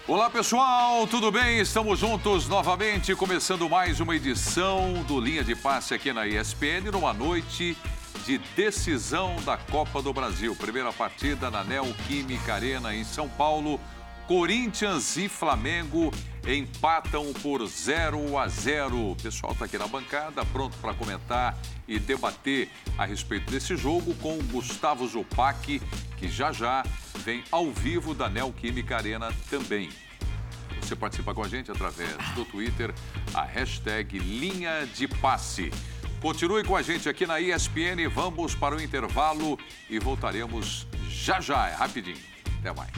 Olá, pessoal, tudo bem? Estamos juntos novamente, começando mais uma edição do Linha de Passe aqui na ESPN, numa noite de decisão da Copa do Brasil. Primeira partida na Neoquímica Arena, em São Paulo. Corinthians e Flamengo empatam por 0-0. O pessoal está aqui na bancada, pronto para comentar e debater a respeito desse jogo com o Gustavo Zupac, que já vem ao vivo da Neoquímica Arena também. Você participa com a gente através do Twitter, a hashtag Linha de Passe. Continue com a gente aqui na ESPN, vamos para o intervalo e voltaremos já, é rapidinho. Até mais.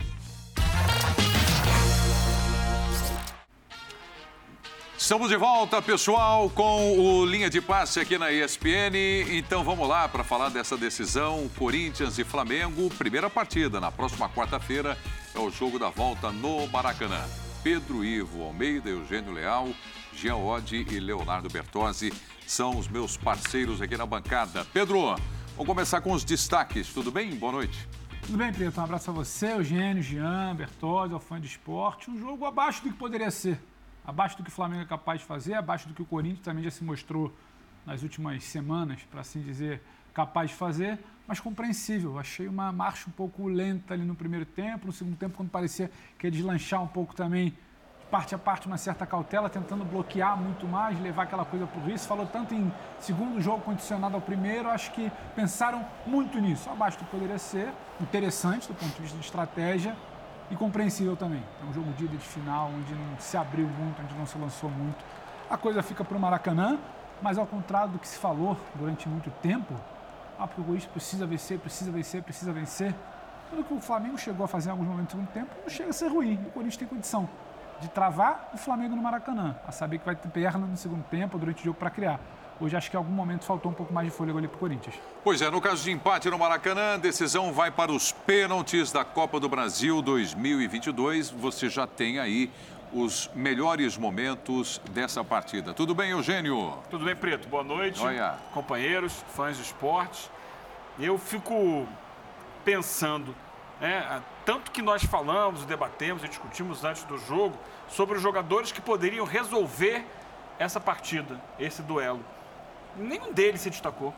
Estamos de volta, pessoal, com o Linha de Passe aqui na ESPN. Então vamos lá para falar dessa decisão, Corinthians e Flamengo. Primeira partida, na próxima quarta-feira, é o jogo da volta no Maracanã. Pedro Ivo Almeida, Eugênio Leal, Jean Oddi e Leonardo Bertozzi são os meus parceiros aqui na bancada. Pedro, vamos começar com os destaques, tudo bem? Boa noite. Tudo bem, Preto? Um abraço a você, Eugênio, Jean, Bertozzi, ao fã de esporte. Um jogo abaixo do que poderia ser. Abaixo do que o Flamengo é capaz de fazer, abaixo do que o Corinthians também já se mostrou nas últimas semanas, para assim dizer, capaz de fazer, mas compreensível. Achei uma marcha um pouco lenta ali no primeiro tempo, no segundo tempo, quando parecia que ia deslanchar um pouco também, de parte a parte, uma certa cautela, tentando bloquear muito mais, levar aquela coisa por isso. Falou tanto em segundo jogo condicionado ao primeiro, acho que pensaram muito nisso. Abaixo do que poderia ser, interessante do ponto de vista de estratégia, e compreensível também. É um jogo de ida de final, onde não se abriu muito, onde não se lançou muito. A coisa fica para o Maracanã, mas ao contrário do que se falou durante muito tempo, porque o Corinthians precisa vencer. Tudo que o Flamengo chegou a fazer em alguns momentos do segundo tempo não chega a ser ruim. O Corinthians tem condição de travar o Flamengo no Maracanã, a saber que vai ter perna no segundo tempo, durante o jogo, para criar. Hoje acho que em algum momento faltou um pouco mais de fôlego ali para o Corinthians. Pois é, no caso de empate no Maracanã, a decisão vai para os pênaltis da Copa do Brasil 2022. Você já tem aí os melhores momentos dessa partida. Tudo bem, Eugênio? Tudo bem, Preto. Boa noite, Olha. Companheiros, fãs de esporte. Eu fico pensando, tanto que nós falamos, debatemos e discutimos antes do jogo sobre os jogadores que poderiam resolver essa partida, esse duelo. Nenhum deles se destacou,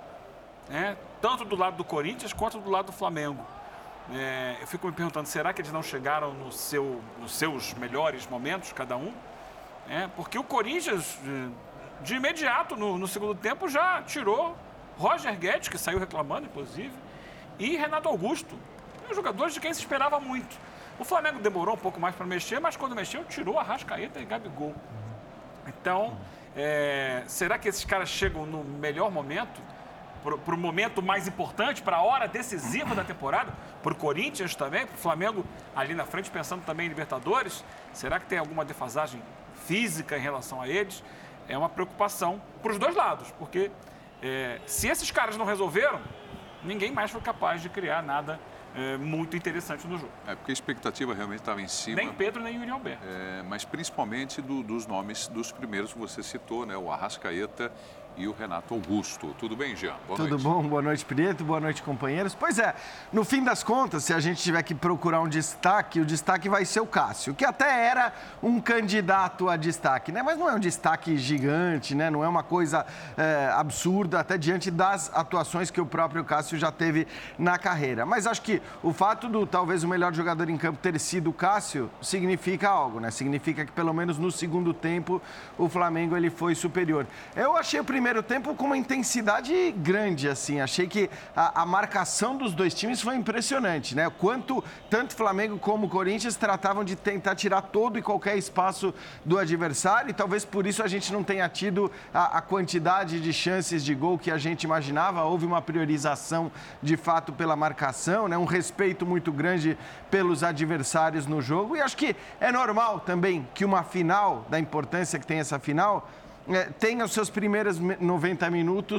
tanto do lado do Corinthians quanto do lado do Flamengo. Eu fico me perguntando, será que eles não chegaram nos seus melhores momentos, cada um? Porque o Corinthians, de imediato, no segundo tempo, já tirou Roger Guedes, que saiu reclamando, inclusive, e Renato Augusto, os jogadores de quem se esperava muito. O Flamengo demorou um pouco mais para mexer, mas quando mexeu, tirou Arrascaeta e Gabigol. Então, será que esses caras chegam no melhor momento, para o momento mais importante, para a hora decisiva da temporada, para o Corinthians também, para o Flamengo ali na frente, pensando também em Libertadores? Será que tem alguma defasagem física em relação a eles? É uma preocupação para os dois lados, porque se esses caras não resolveram, ninguém mais foi capaz de criar nada muito interessante no jogo. Porque a expectativa realmente estava em cima. Nem Pedro, nem Yuri Alberto. Mas principalmente dos nomes dos primeiros que você citou, o Arrascaeta e o Renato Augusto. Tudo bem, Jean? Boa noite. Tudo bom? Boa noite, Preto. Boa noite, companheiros. Pois é, no fim das contas, se a gente tiver que procurar um destaque, o destaque vai ser o Cássio, que até era um candidato a destaque, Mas não é um destaque gigante, Não é uma coisa absurda, até diante das atuações que o próprio Cássio já teve na carreira. Mas acho que o fato do talvez o melhor jogador em campo ter sido o Cássio significa algo, Significa que pelo menos no segundo tempo o Flamengo ele foi superior. Eu achei o primeiro tempo com uma intensidade grande, assim. Achei que a marcação dos dois times foi impressionante, Quanto tanto Flamengo como Corinthians tratavam de tentar tirar todo e qualquer espaço do adversário, e talvez por isso a gente não tenha tido a quantidade de chances de gol que a gente imaginava. Houve uma priorização, de fato, pela marcação, um respeito muito grande pelos adversários no jogo, e acho que é normal também que uma final, da importância que tem essa final, tenha os seus primeiros 90 minutos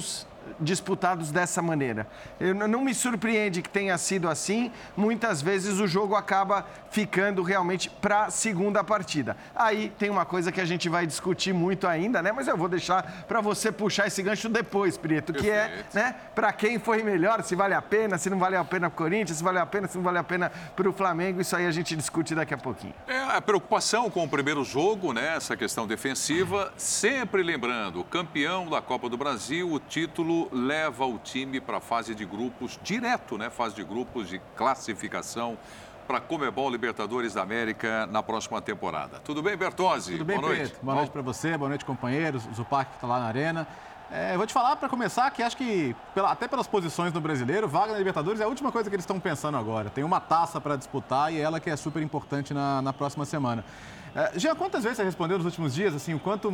disputados dessa maneira. Não me surpreende que tenha sido assim. Muitas vezes o jogo acaba ficando realmente para a segunda partida. Aí tem uma coisa que a gente vai discutir muito ainda, né? Mas eu vou deixar para você puxar esse gancho depois, Prieto, que é, né, para quem foi melhor, se vale a pena, se não vale a pena para o Corinthians, se vale a pena, se não vale a pena para o Flamengo. Isso aí a gente discute daqui a pouquinho. A preocupação com o primeiro jogo, né? Essa questão defensiva, sempre lembrando, campeão da Copa do Brasil, o título leva o time para a fase de grupos direto, né? Fase de grupos de classificação para a Conmebol Libertadores da América na próxima temporada. Tudo bem, Bertozzi? Tudo bem, boa noite. Prieto. Boa noite para você, boa noite, companheiros. O Zupac que está lá na arena. Eu vou te falar para começar que acho que, até pelas posições do brasileiro, vaga na Libertadores é a última coisa que eles estão pensando agora. Tem uma taça para disputar e ela que é super importante na próxima semana. Jean, quantas vezes você respondeu nos últimos dias, assim, o quanto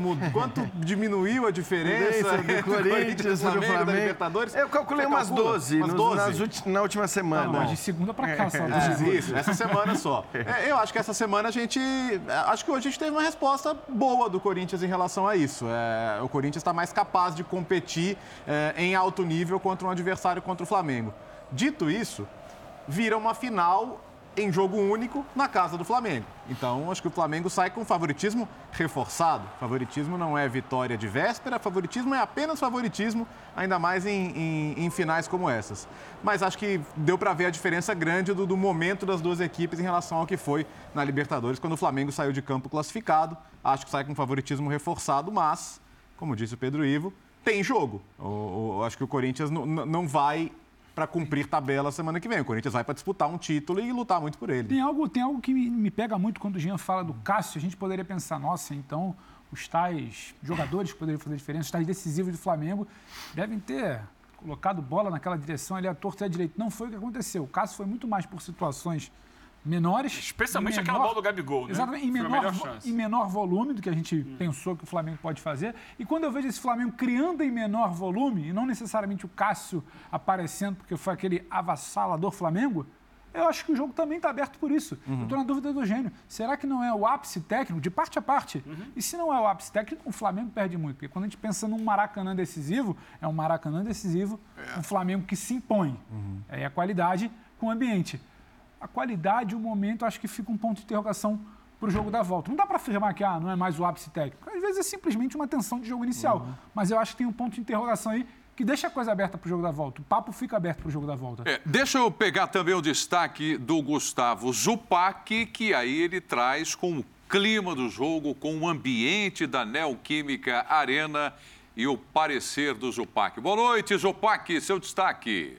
diminuiu a diferença do Corinthians e do Flamengo? Da Libertadores? Eu calculei umas 12, na última semana. Mas de segunda para cá, só. Isso, essa semana só. Eu acho que essa semana acho que hoje a gente teve uma resposta boa do Corinthians em relação a isso. O Corinthians está mais capaz de competir em alto nível contra um adversário contra o Flamengo. Dito isso, vira uma final em jogo único na casa do Flamengo. Então, acho que o Flamengo sai com favoritismo reforçado. Favoritismo não é vitória de véspera, favoritismo é apenas favoritismo, ainda mais em finais como essas. Mas acho que deu para ver a diferença grande do momento das duas equipes em relação ao que foi na Libertadores, quando o Flamengo saiu de campo classificado. Acho que sai com favoritismo reforçado, mas, como disse o Pedro Ivo, tem jogo. Acho que o Corinthians não vai para cumprir tabela semana que vem. O Corinthians vai para disputar um título e lutar muito por ele. Tem algo que me pega muito quando o Jean fala do Cássio. A gente poderia pensar, nossa, então os tais jogadores que poderiam fazer diferença, os tais decisivos do Flamengo, devem ter colocado bola naquela direção ali à torta e à direita. Não foi o que aconteceu. O Cássio foi muito mais por situações menores. Especialmente aquela bola do Gabigol, né? Exatamente, em menor volume do que a gente pensou que o Flamengo pode fazer. E quando eu vejo esse Flamengo criando em menor volume, e não necessariamente o Cássio aparecendo, porque foi aquele avassalador Flamengo, eu acho que o jogo também está aberto por isso. Eu estou na dúvida do Eugênio. Será que não é o ápice técnico, de parte a parte? E se não é o ápice técnico, o Flamengo perde muito. Porque quando a gente pensa num Maracanã decisivo, é um Maracanã decisivo, um Flamengo que se impõe. É a qualidade com o ambiente. A qualidade, o momento, acho que fica um ponto de interrogação para o jogo da volta. Não dá para afirmar que não é mais o ápice técnico. Às vezes é simplesmente uma tensão de jogo inicial. Mas eu acho que tem um ponto de interrogação aí que deixa a coisa aberta para o jogo da volta. O papo fica aberto para o jogo da volta. Deixa eu pegar também o destaque do Gustavo Zupac, que aí ele traz com o clima do jogo, com o ambiente da Neoquímica Arena e o parecer do Zupac. Boa noite, Zupac, seu destaque.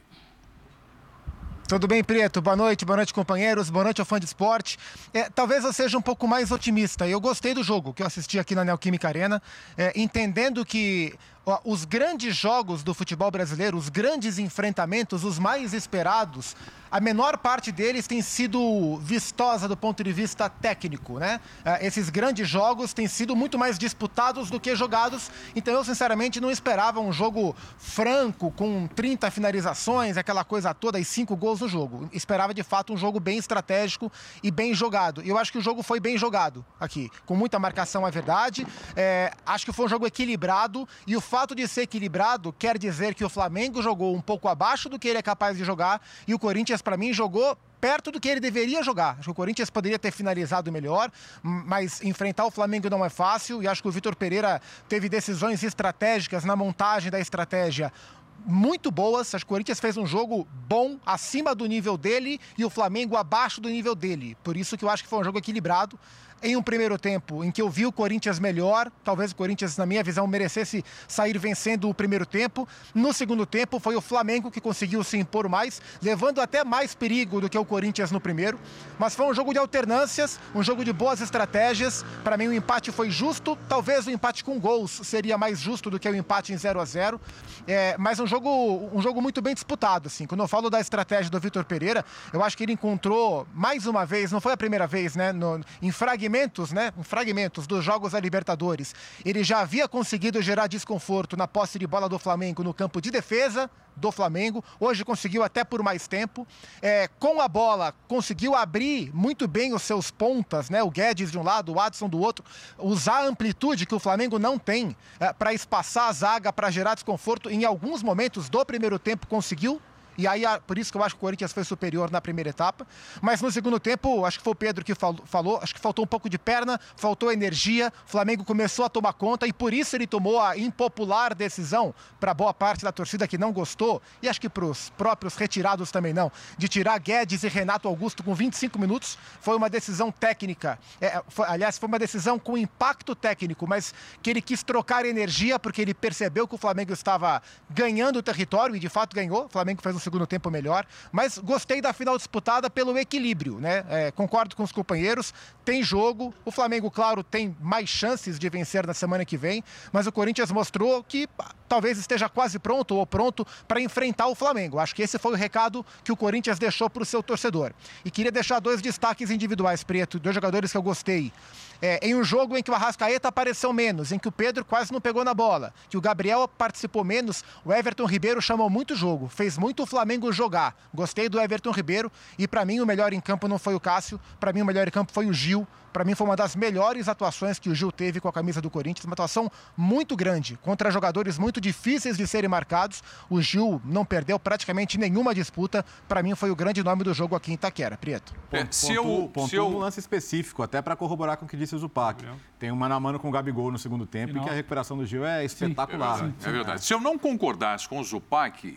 Tudo bem, Prieto? Boa noite, companheiros, boa noite ao fã de esporte. Talvez eu seja um pouco mais otimista. Eu gostei do jogo que eu assisti aqui na Neoquímica Arena, entendendo que os grandes jogos do futebol brasileiro, os grandes enfrentamentos, os mais esperados, a menor parte deles tem sido vistosa do ponto de vista técnico, né? Esses grandes jogos têm sido muito mais disputados do que jogados, então eu sinceramente não esperava um jogo franco, com 30 finalizações, aquela coisa toda e 5 gols no jogo. Esperava de fato um jogo bem estratégico e bem jogado. Eu acho que o jogo foi bem jogado aqui, com muita marcação, é verdade. Acho que foi um jogo equilibrado e o fato de ser equilibrado quer dizer que o Flamengo jogou um pouco abaixo do que ele é capaz de jogar e o Corinthians, para mim, jogou perto do que ele deveria jogar. Acho que o Corinthians poderia ter finalizado melhor, mas enfrentar o Flamengo não é fácil e acho que o Vitor Pereira teve decisões estratégicas na montagem da estratégia muito boas. Acho que o Corinthians fez um jogo bom, acima do nível dele, e o Flamengo abaixo do nível dele. Por isso que eu acho que foi um jogo equilibrado. Em um primeiro tempo em que eu vi o Corinthians melhor, talvez o Corinthians, na minha visão, merecesse sair vencendo o primeiro tempo. No segundo tempo, foi o Flamengo que conseguiu se impor mais, levando até mais perigo do que o Corinthians no primeiro. Mas foi um jogo de alternâncias, um jogo de boas estratégias. Para mim, o empate foi justo. Talvez o empate com gols seria mais justo do que o empate em 0-0. Mas um jogo muito bem disputado, assim. Quando eu falo da estratégia do Vitor Pereira, eu acho que ele encontrou, mais uma vez, não foi a primeira vez, né, em fragmentos fragmentos, né? Em fragmentos dos jogos da Libertadores. Ele já havia conseguido gerar desconforto na posse de bola do Flamengo no campo de defesa do Flamengo. Hoje conseguiu até por mais tempo. Com a bola, conseguiu abrir muito bem os seus pontas, né? O Guedes de um lado, o Adson do outro. Usar a amplitude que o Flamengo não tem para espaçar a zaga, para gerar desconforto. Em alguns momentos do primeiro tempo conseguiu. E aí, por isso que eu acho que o Corinthians foi superior na primeira etapa. Mas no segundo tempo, acho que foi o Pedro que falou, acho que faltou um pouco de perna, faltou energia. O Flamengo começou a tomar conta e por isso ele tomou a impopular decisão, para boa parte da torcida que não gostou, e acho que para os próprios retirados também não, de tirar Guedes e Renato Augusto com 25 minutos. Foi uma decisão técnica. Aliás, foi uma decisão com impacto técnico, mas que ele quis trocar energia porque ele percebeu que o Flamengo estava ganhando o território e de fato ganhou. O Flamengo fez um segundo tempo melhor, mas gostei da final disputada pelo equilíbrio, né? Concordo com os companheiros, tem jogo, o Flamengo, claro, tem mais chances de vencer na semana que vem, mas o Corinthians mostrou que talvez esteja quase pronto ou pronto para enfrentar o Flamengo. Acho que esse foi o recado que o Corinthians deixou para o seu torcedor. E queria deixar 2 destaques individuais, Preto, 2 jogadores que eu gostei. Em um jogo em que o Arrascaeta apareceu menos, em que o Pedro quase não pegou na bola, que o Gabriel participou menos, o Everton Ribeiro chamou muito jogo, fez muito o Flamengo jogar. Gostei do Everton Ribeiro e para mim o melhor em campo não foi o Cássio, para mim o melhor em campo foi o Gil. Para mim foi uma das melhores atuações que o Gil teve com a camisa do Corinthians, uma atuação muito grande, contra jogadores muito difíceis de serem marcados. O Gil não perdeu praticamente nenhuma disputa. Para mim foi o grande nome do jogo aqui em Itaquera, Prieto. Pontua um lance específico, até para corroborar com o que disse o Zupac. Tem um mano a mano com o Gabigol no segundo tempo e que a recuperação do Gil é espetacular. Sim, é verdade. Se eu não concordasse com o Zupac,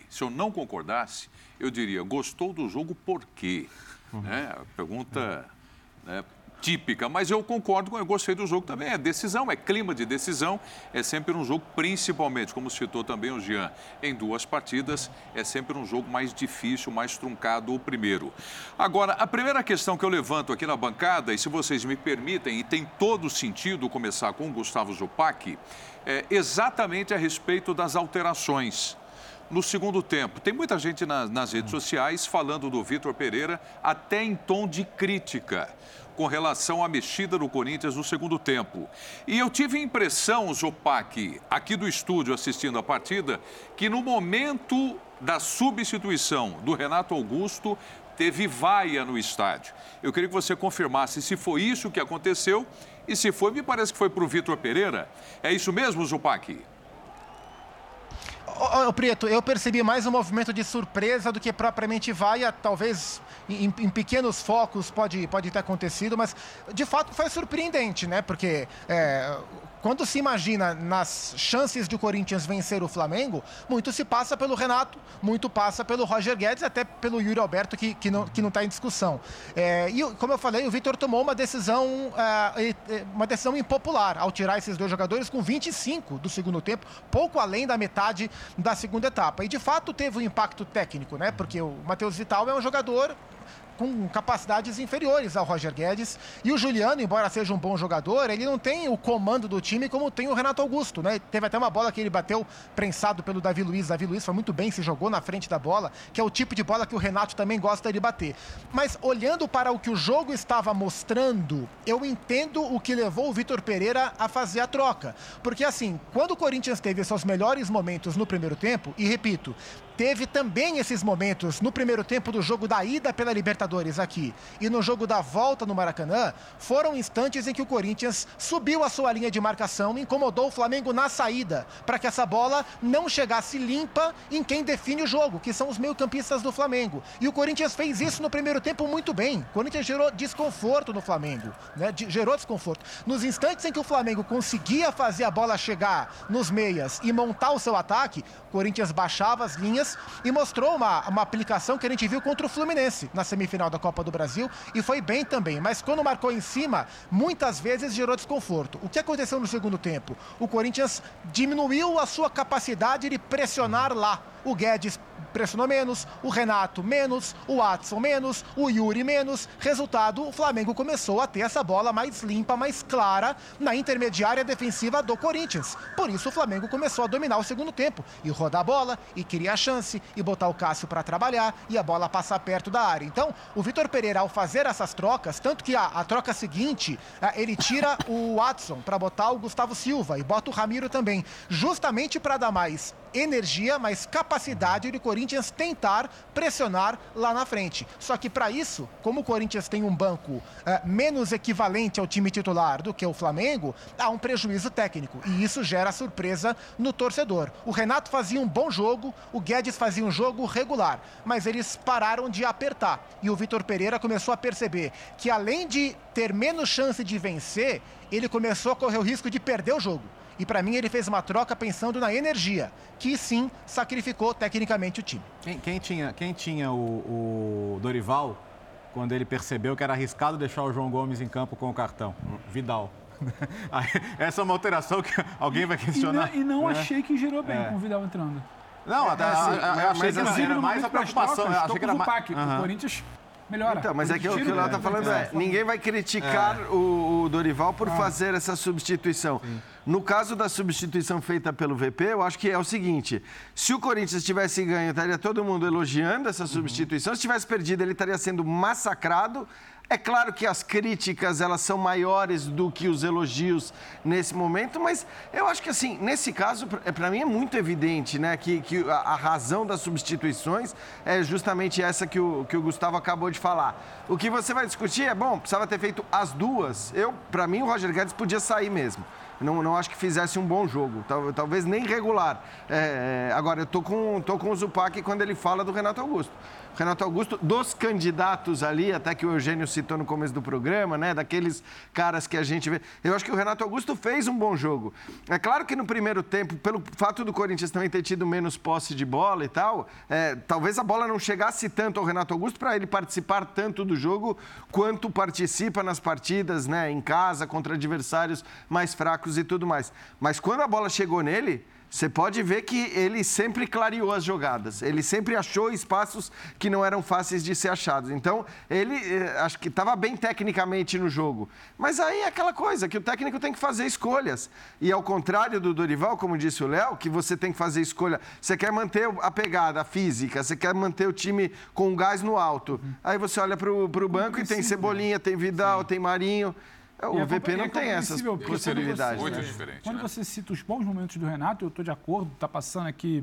eu diria, gostou do jogo por quê? A pergunta típica, mas eu concordo, eu gostei do jogo também. É decisão, é clima de decisão, é sempre um jogo, principalmente, como citou também o Jean, em 2 partidas, é sempre um jogo mais difícil, mais truncado o primeiro. Agora, a primeira questão que eu levanto aqui na bancada, e se vocês me permitem, e tem todo sentido começar com o Gustavo Zupac, é exatamente a respeito das alterações no segundo tempo. Tem muita gente nas redes sociais falando do Vitor Pereira até em tom de crítica com relação à mexida do Corinthians no segundo tempo. E eu tive a impressão, Zupac, aqui do estúdio assistindo a partida, que no momento da substituição do Renato Augusto, teve vaia no estádio. Eu queria que você confirmasse se foi isso que aconteceu e se foi, me parece que foi para o Vitor Pereira. É isso mesmo, Zupac? Prieto, eu percebi mais um movimento de surpresa do que propriamente vaia, talvez em pequenos focos pode ter acontecido, mas de fato foi surpreendente, né? Porque quando se imagina nas chances do Corinthians vencer o Flamengo, muito se passa pelo Renato, muito passa pelo Roger Guedes, até pelo Yuri Alberto, que não está em discussão. E como eu falei, o Vitor tomou uma decisão impopular ao tirar esses 2 jogadores com 25 do segundo tempo, pouco além da metade da segunda etapa. E de fato teve um impacto técnico, né? Porque o Matheus Vital é um jogador com capacidades inferiores ao Roger Guedes. E o Juliano, embora seja um bom jogador, ele não tem o comando do time como tem o Renato Augusto, né? Teve até uma bola que ele bateu prensado pelo Davi Luiz. Davi Luiz foi muito bem, se jogou na frente da bola, que é o tipo de bola que o Renato também gosta de bater. Mas olhando para o que o jogo estava mostrando, eu entendo o que levou o Vitor Pereira a fazer a troca. Porque assim, quando o Corinthians teve seus melhores momentos no primeiro tempo, e repito, teve também esses momentos no primeiro tempo do jogo da ida pela Libertadores aqui e no jogo da volta no Maracanã, foram instantes em que o Corinthians subiu a sua linha de marcação, incomodou o Flamengo na saída, para que essa bola não chegasse limpa em quem define o jogo, que são os meio-campistas do Flamengo. E o Corinthians fez isso no primeiro tempo muito bem. O Corinthians gerou desconforto no Flamengo, né? Gerou desconforto. Nos instantes em que o Flamengo conseguia fazer a bola chegar nos meias e montar o seu ataque, o Corinthians baixava as linhas e mostrou uma aplicação que a gente viu contra o Fluminense na semifinal da Copa do Brasil e foi bem também, mas quando marcou em cima, muitas vezes gerou desconforto. O que aconteceu no segundo tempo? O Corinthians diminuiu a sua capacidade de pressionar lá. O Guedes pressionou menos, o Renato menos, o Watson menos, o Yuri menos. Resultado, o Flamengo começou a ter essa bola mais limpa, mais clara na intermediária defensiva do Corinthians. Por isso o Flamengo começou a dominar o segundo tempo e rodar a bola e criar a chance e botar o Cássio para trabalhar e a bola passar perto da área. Então, o Vitor Pereira, ao fazer essas trocas, tanto que a troca seguinte, ele tira o Watson para botar o Gustavo Silva e bota o Ramiro também, justamente para dar mais energia, mais capacidade de Corinthians tentar pressionar lá na frente. Só que para isso, como o Corinthians tem um banco menos equivalente ao time titular do que o Flamengo, há um prejuízo técnico e isso gera surpresa no torcedor. O Renato fazia um bom jogo, o Guedes fazia um jogo regular, mas eles pararam de apertar e o Vitor Pereira começou a perceber que além de ter menos chance de vencer, ele começou a correr o risco de perder o jogo. E para mim ele fez uma troca pensando na energia, que sim sacrificou tecnicamente o time. Quem tinha o Dorival quando ele percebeu que era arriscado deixar o João Gomes em campo com o cartão? Vidal. Essa é uma alteração que alguém vai questionar. E não achei que girou bem com o Vidal entrando. Não, eu achei que era mais a preocupação. Eu achei que era mais... O Corinthians melhora. Então, mas é que o que o Léo está falando ninguém vai criticar o Dorival por fazer essa substituição. Sim. No caso da substituição feita pelo VP, eu acho que é o seguinte, se o Corinthians tivesse ganho, estaria todo mundo elogiando essa substituição, se tivesse perdido, ele estaria sendo massacrado. É claro que as críticas, elas são maiores do que os elogios nesse momento, mas eu acho que, assim, nesse caso, para mim é muito evidente, né, que a razão das substituições é justamente essa que o Gustavo acabou de falar. O que você vai discutir é, bom, precisava ter feito as duas. Para mim, o Roger Guedes podia sair mesmo. Não acho que fizesse um bom jogo, talvez nem regular. Agora, eu tô com o Zupac quando ele fala do Renato Augusto. Renato Augusto, dos candidatos ali, até que o Eugênio citou no começo do programa, né, daqueles caras que a gente vê, eu acho que o Renato Augusto fez um bom jogo. É claro que no primeiro tempo, pelo fato do Corinthians também ter tido menos posse de bola e tal, talvez a bola não chegasse tanto ao Renato Augusto para ele participar tanto do jogo quanto participa nas partidas, né, em casa, contra adversários mais fracos e tudo mais. Mas quando a bola chegou nele, você pode ver que ele sempre clareou as jogadas. Ele sempre achou espaços que não eram fáceis de ser achados. Então, ele acho que estava bem tecnicamente no jogo. Mas aí é aquela coisa que o técnico tem que fazer escolhas. E ao contrário do Dorival, como disse o Léo, que você tem que fazer escolha. Você quer manter a pegada, a física, você quer manter o time com gás no alto. Aí você olha para o banco e tem Cebolinha, tem Vidal, tem Marinho. O VP não tem essas possibilidades. Muito diferente. Quando você cita os bons momentos do Renato, eu estou de acordo, está passando aqui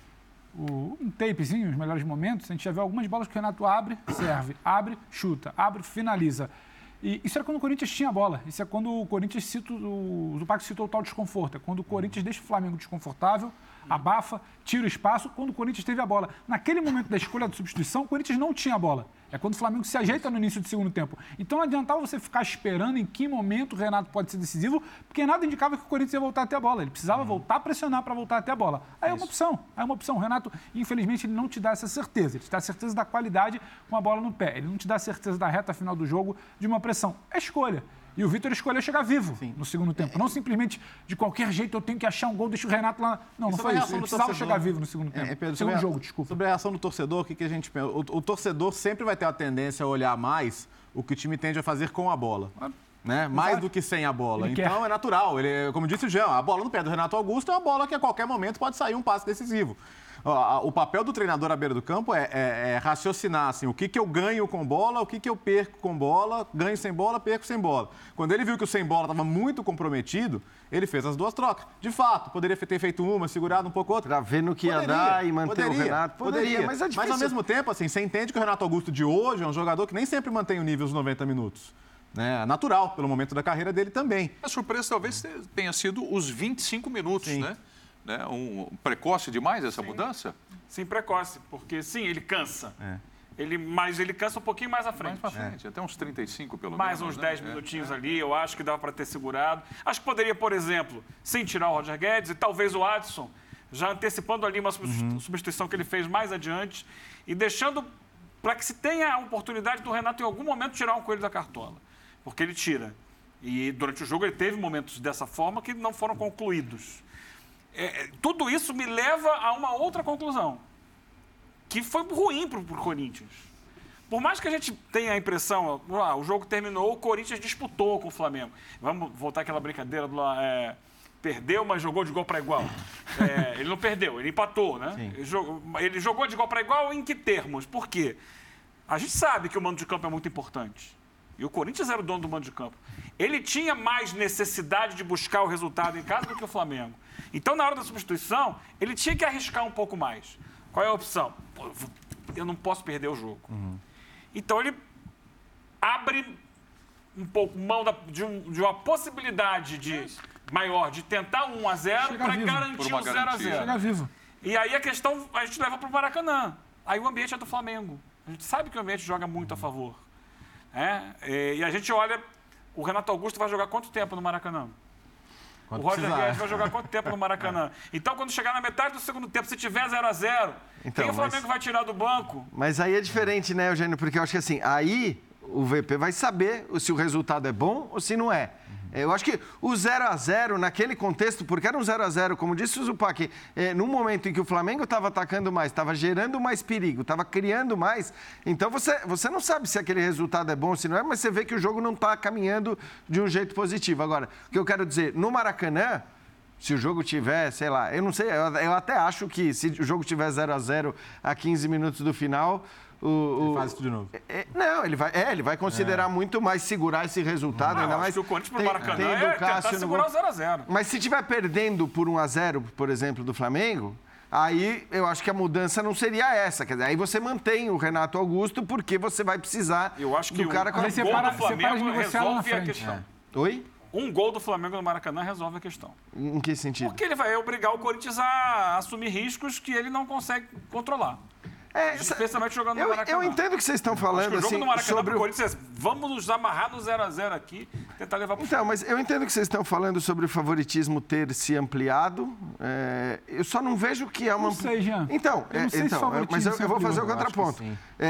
um tapezinho, os melhores momentos, a gente já vê algumas bolas que o Renato abre, serve, abre, chuta, abre, finaliza. E isso é quando o Corinthians tinha a bola. Isso é quando o Corinthians cita, o Zupac citou o tal desconforto. É quando o Corinthians deixa o Flamengo desconfortável, abafa, tira o espaço, quando o Corinthians teve a bola. Naquele momento da escolha de substituição, o Corinthians não tinha a bola. É quando o Flamengo se ajeita no início do segundo tempo. Então não adiantava você ficar esperando em que momento o Renato pode ser decisivo, porque nada indicava que o Corinthians ia voltar até a bola. Ele precisava voltar a pressionar para voltar até a bola. Aí é uma opção. O Renato, infelizmente, ele não te dá essa certeza. Ele te dá a certeza da qualidade com a bola no pé. Ele não te dá a certeza da reta final do jogo de uma pressão. É escolha. E o Vitor escolheu chegar vivo no segundo tempo. Não simplesmente, de qualquer jeito, eu tenho que achar um gol, deixa o Renato lá. Não foi isso. Ele precisava chegar vivo no segundo tempo. Pedro, segundo jogo, desculpa. Sobre a reação do torcedor, o que a gente pensa? O torcedor sempre vai ter a tendência a olhar mais o que o time tende a fazer com a bola. Né? Mais do que sem a bola. Então é natural. Como disse o Jean, a bola no pé do Renato Augusto é uma bola que a qualquer momento pode sair um passe decisivo. O papel do treinador à beira do campo é raciocinar assim, o que eu ganho com bola, o que eu perco com bola, ganho sem bola, perco sem bola. Quando ele viu que o sem bola estava muito comprometido, ele fez as duas trocas. De fato, poderia ter feito uma, segurado um pouco outra. Para ver no que ia dar e manter o Renato. Poderia, mas é difícil. Mas ao mesmo tempo, assim, você entende que o Renato Augusto de hoje é um jogador que nem sempre mantém o nível dos 90 minutos. É natural, pelo momento da carreira dele também. A surpresa talvez tenha sido os 25 minutos, né? Precoce demais essa mudança? Sim, precoce, porque sim, ele cansa. Mas ele cansa um pouquinho mais à frente. Mais pra frente, até uns 35 pelo mais menos. Mais uns 10 minutinhos ali, eu acho que dava para ter segurado. Acho que poderia, por exemplo, sem tirar o Roger Guedes e talvez o Adson, já antecipando ali uma substituição que ele fez mais adiante e deixando para que se tenha a oportunidade do Renato em algum momento tirar um coelho da cartola. Porque ele tira. E durante o jogo ele teve momentos dessa forma que não foram concluídos. Tudo isso me leva a uma outra conclusão. que foi ruim para o Corinthians. Por mais que a gente tenha a impressão, o jogo terminou, o Corinthians disputou com o Flamengo. Vamos voltar àquela brincadeira do perdeu, mas jogou de igual para igual. Ele não perdeu, ele empatou, né? Ele jogou de igual para igual em que termos? Por quê? A gente sabe que o mando de campo é muito importante. E o Corinthians era o dono do mando de campo. Ele tinha mais necessidade de buscar o resultado em casa do que o Flamengo. Então, na hora da substituição, ele tinha que arriscar um pouco mais. Qual é a opção? Eu não posso perder o jogo. Então, ele abre um pouco mão de uma possibilidade maior de tentar 1-0 para garantir o 0-0. Chega vivo. E aí a questão a gente leva para o Maracanã. Aí o ambiente é do Flamengo. A gente sabe que o ambiente joga muito a favor. E a gente olha, o Renato Augusto vai jogar quanto tempo no Maracanã? O Roger Guedes vai jogar quanto tempo no Maracanã? Então, quando chegar na metade do segundo tempo, se tiver 0-0, quem o Flamengo vai tirar do banco? Mas aí é diferente, né, Eugênio? Porque eu acho que assim, aí o VP vai saber se o resultado é bom ou se não é. Eu acho que o 0-0, naquele contexto, porque era um 0-0, como disse o Zupac, no momento em que o Flamengo estava atacando mais, estava gerando mais perigo, estava criando mais, então você não sabe se aquele resultado é bom ou se não é, mas você vê que o jogo não está caminhando de um jeito positivo. Agora, o que eu quero dizer, no Maracanã, se o jogo tiver, sei lá, eu não sei, eu até acho que se o jogo tiver 0-0 a 15 minutos do final... Ele faz isso de novo. Não, ele vai considerar muito mais segurar esse resultado. Ainda mais que o Corinthians pro Maracanã tentar segurar o 0-0. Mas se estiver perdendo por 1-0, por exemplo, do Flamengo, aí eu acho que a mudança não seria essa. Quer dizer, aí você mantém o Renato Augusto porque você vai precisar do cara com a gol do Flamengo resolve a questão. Oi? Um gol do Flamengo no Maracanã resolve a questão. Em que sentido? Porque ele vai obrigar o Corinthians a assumir riscos que ele não consegue controlar. Especialmente jogando no Maracanã. Eu entendo o que vocês estão falando. O jogo assim, no Maracanã sobre pro Corinthians, vamos nos amarrar no 0-0 aqui, tentar levar pro Então, mas eu entendo que vocês estão falando sobre o favoritismo ter se ampliado. Eu só não vejo que é uma... Não sei, Jean. Então, mas eu vou fazer o contraponto.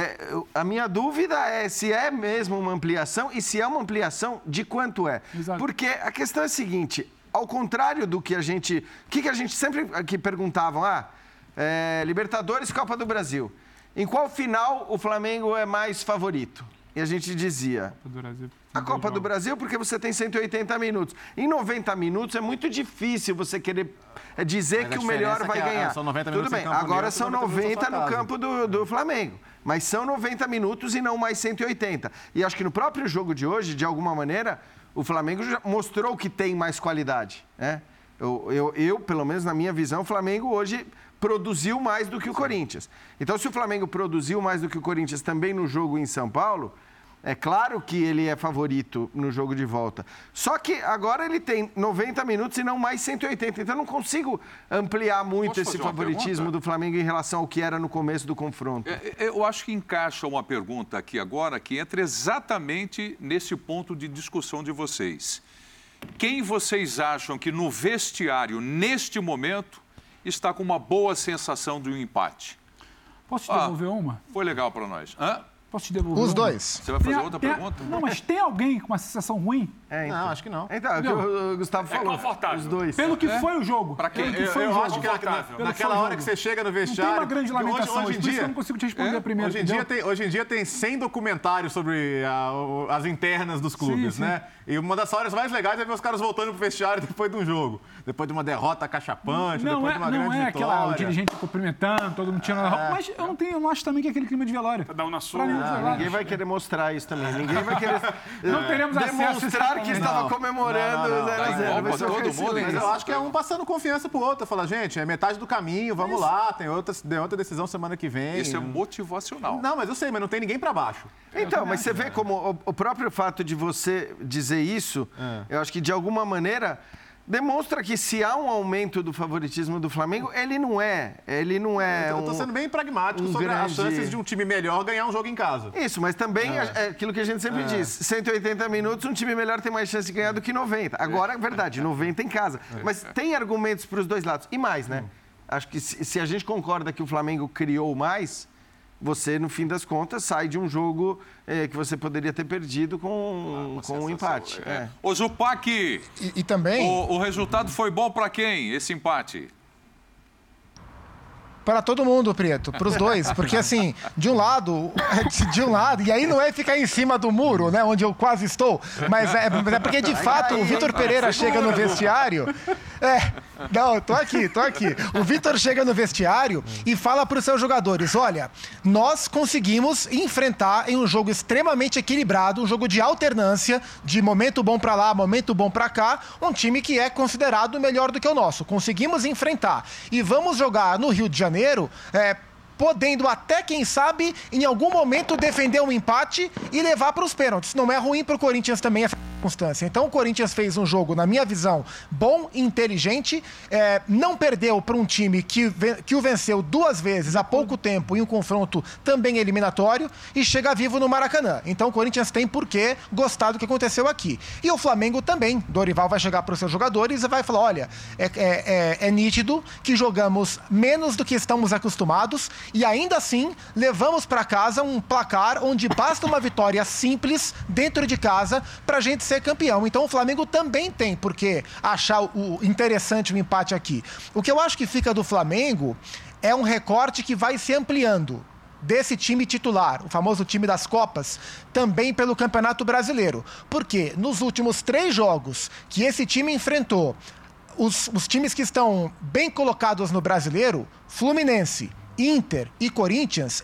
A minha dúvida é se é mesmo uma ampliação e se é uma ampliação, de quanto é. Exato. Porque a questão é a seguinte, ao contrário do que a gente... O que a gente sempre aqui perguntavam? Libertadores, Copa do Brasil. Em qual final o Flamengo é mais favorito? E a gente dizia... A Copa do Brasil, porque você tem 180 minutos. Em 90 minutos é muito difícil você querer dizer que o melhor vai ganhar. São 90 minutos. Tudo bem, agora são 90 no campo do Flamengo. Mas são 90 minutos e não mais 180. E acho que no próprio jogo de hoje, de alguma maneira, o Flamengo já mostrou que tem mais qualidade. Eu, pelo menos na minha visão, o Flamengo hoje produziu mais do que o Corinthians. Então, se o Flamengo produziu mais do que o Corinthians também no jogo em São Paulo, é claro que ele é favorito no jogo de volta. Só que agora ele tem 90 minutos e não mais 180. Então, eu não consigo ampliar muito esse favoritismo do Flamengo em relação ao que era no começo do confronto. Eu acho que encaixa uma pergunta aqui agora que entra exatamente nesse ponto de discussão de vocês. Quem vocês acham que no vestiário, neste momento, está com uma boa sensação de um empate? Posso te devolver uma? Foi legal para nós. Posso te devolver Os uma? dois. Você vai fazer outra pergunta? Não, mas tem alguém com uma sensação ruim? Então. Não, acho que não. Então, é o que o Gustavo falou. confortável. Os dois. Pelo que foi o jogo. Pra quem? Eu acho que naquela hora que você chega no vestiário... Não tem uma grande lamentação, hoje em por isso que eu dia... não consigo te responder primeiro. Hoje em dia tem 100 documentários sobre as internas dos clubes, Sim. né? E uma das horas mais legais é ver os caras voltando pro vestiário depois de um jogo. Depois de uma derrota cachapante, depois de uma grande vitória. Aquela, o dirigente cumprimentando, todo mundo tirando a roupa. Mas eu não acho também que é aquele clima de velório. Cada um na sua. Ninguém vai querer mostrar isso também. Ninguém vai querer Não teremos acesso demonstrar que estava comemorando o 0-0. Mas todo mundo, Mas eu acho que é um passando confiança pro outro. Fala, gente, é metade do caminho, vamos lá, tem outra decisão semana que vem. Isso é motivacional. Não, mas eu sei, mas não tem ninguém pra baixo. Então, mas você vê como o próprio fato de você dizer isso, eu acho que de alguma maneira demonstra que se há um aumento do favoritismo do Flamengo, ele não é Eu tô sendo bem pragmático sobre as chances de um time melhor ganhar um jogo em casa. Isso, mas também é aquilo que a gente sempre diz, 180 minutos, um time melhor tem mais chance de ganhar do que 90. Agora, é verdade, 90 em casa. Mas tem argumentos para os dois lados. E mais, né? Acho que se a gente concorda que o Flamengo criou mais, você, no fim das contas, sai de um jogo que você poderia ter perdido com um empate. Ô, Zupac, E também... o resultado foi bom para quem, esse empate? Para todo mundo, Prieto, para os dois. Porque, assim, de um lado, e aí não é ficar em cima do muro, né, onde eu quase estou, mas é porque, de fato, o Vitor Pereira chega no vestiário... Não, tô aqui. O Vitor chega no vestiário e fala para os seus jogadores, olha, nós conseguimos enfrentar em um jogo extremamente equilibrado, um jogo de alternância, de momento bom para lá, momento bom para cá, um time que é considerado melhor do que o nosso. Conseguimos enfrentar. E vamos jogar no Rio de Janeiro, podendo até, quem sabe, em algum momento defender um empate e levar para os pênaltis. Não é ruim para o Corinthians também essa circunstância. Então o Corinthians fez um jogo, na minha visão, bom e inteligente, não perdeu para um time que o venceu 2 vezes há pouco tempo em um confronto também eliminatório e chega vivo no Maracanã. Então o Corinthians tem por que gostar do que aconteceu aqui. E o Flamengo também. Dorival vai chegar para os seus jogadores e vai falar, olha, é nítido que jogamos menos do que estamos acostumados e ainda assim levamos para casa um placar onde basta uma vitória simples dentro de casa para a gente ser campeão. Então o Flamengo também tem por que achar o interessante o empate aqui. O que eu acho que fica do Flamengo é um recorte que vai se ampliando desse time titular, o famoso time das Copas, também pelo Campeonato Brasileiro. Porque nos últimos 3 jogos que esse time enfrentou os times que estão bem colocados no Brasileiro, Fluminense, Inter e Corinthians,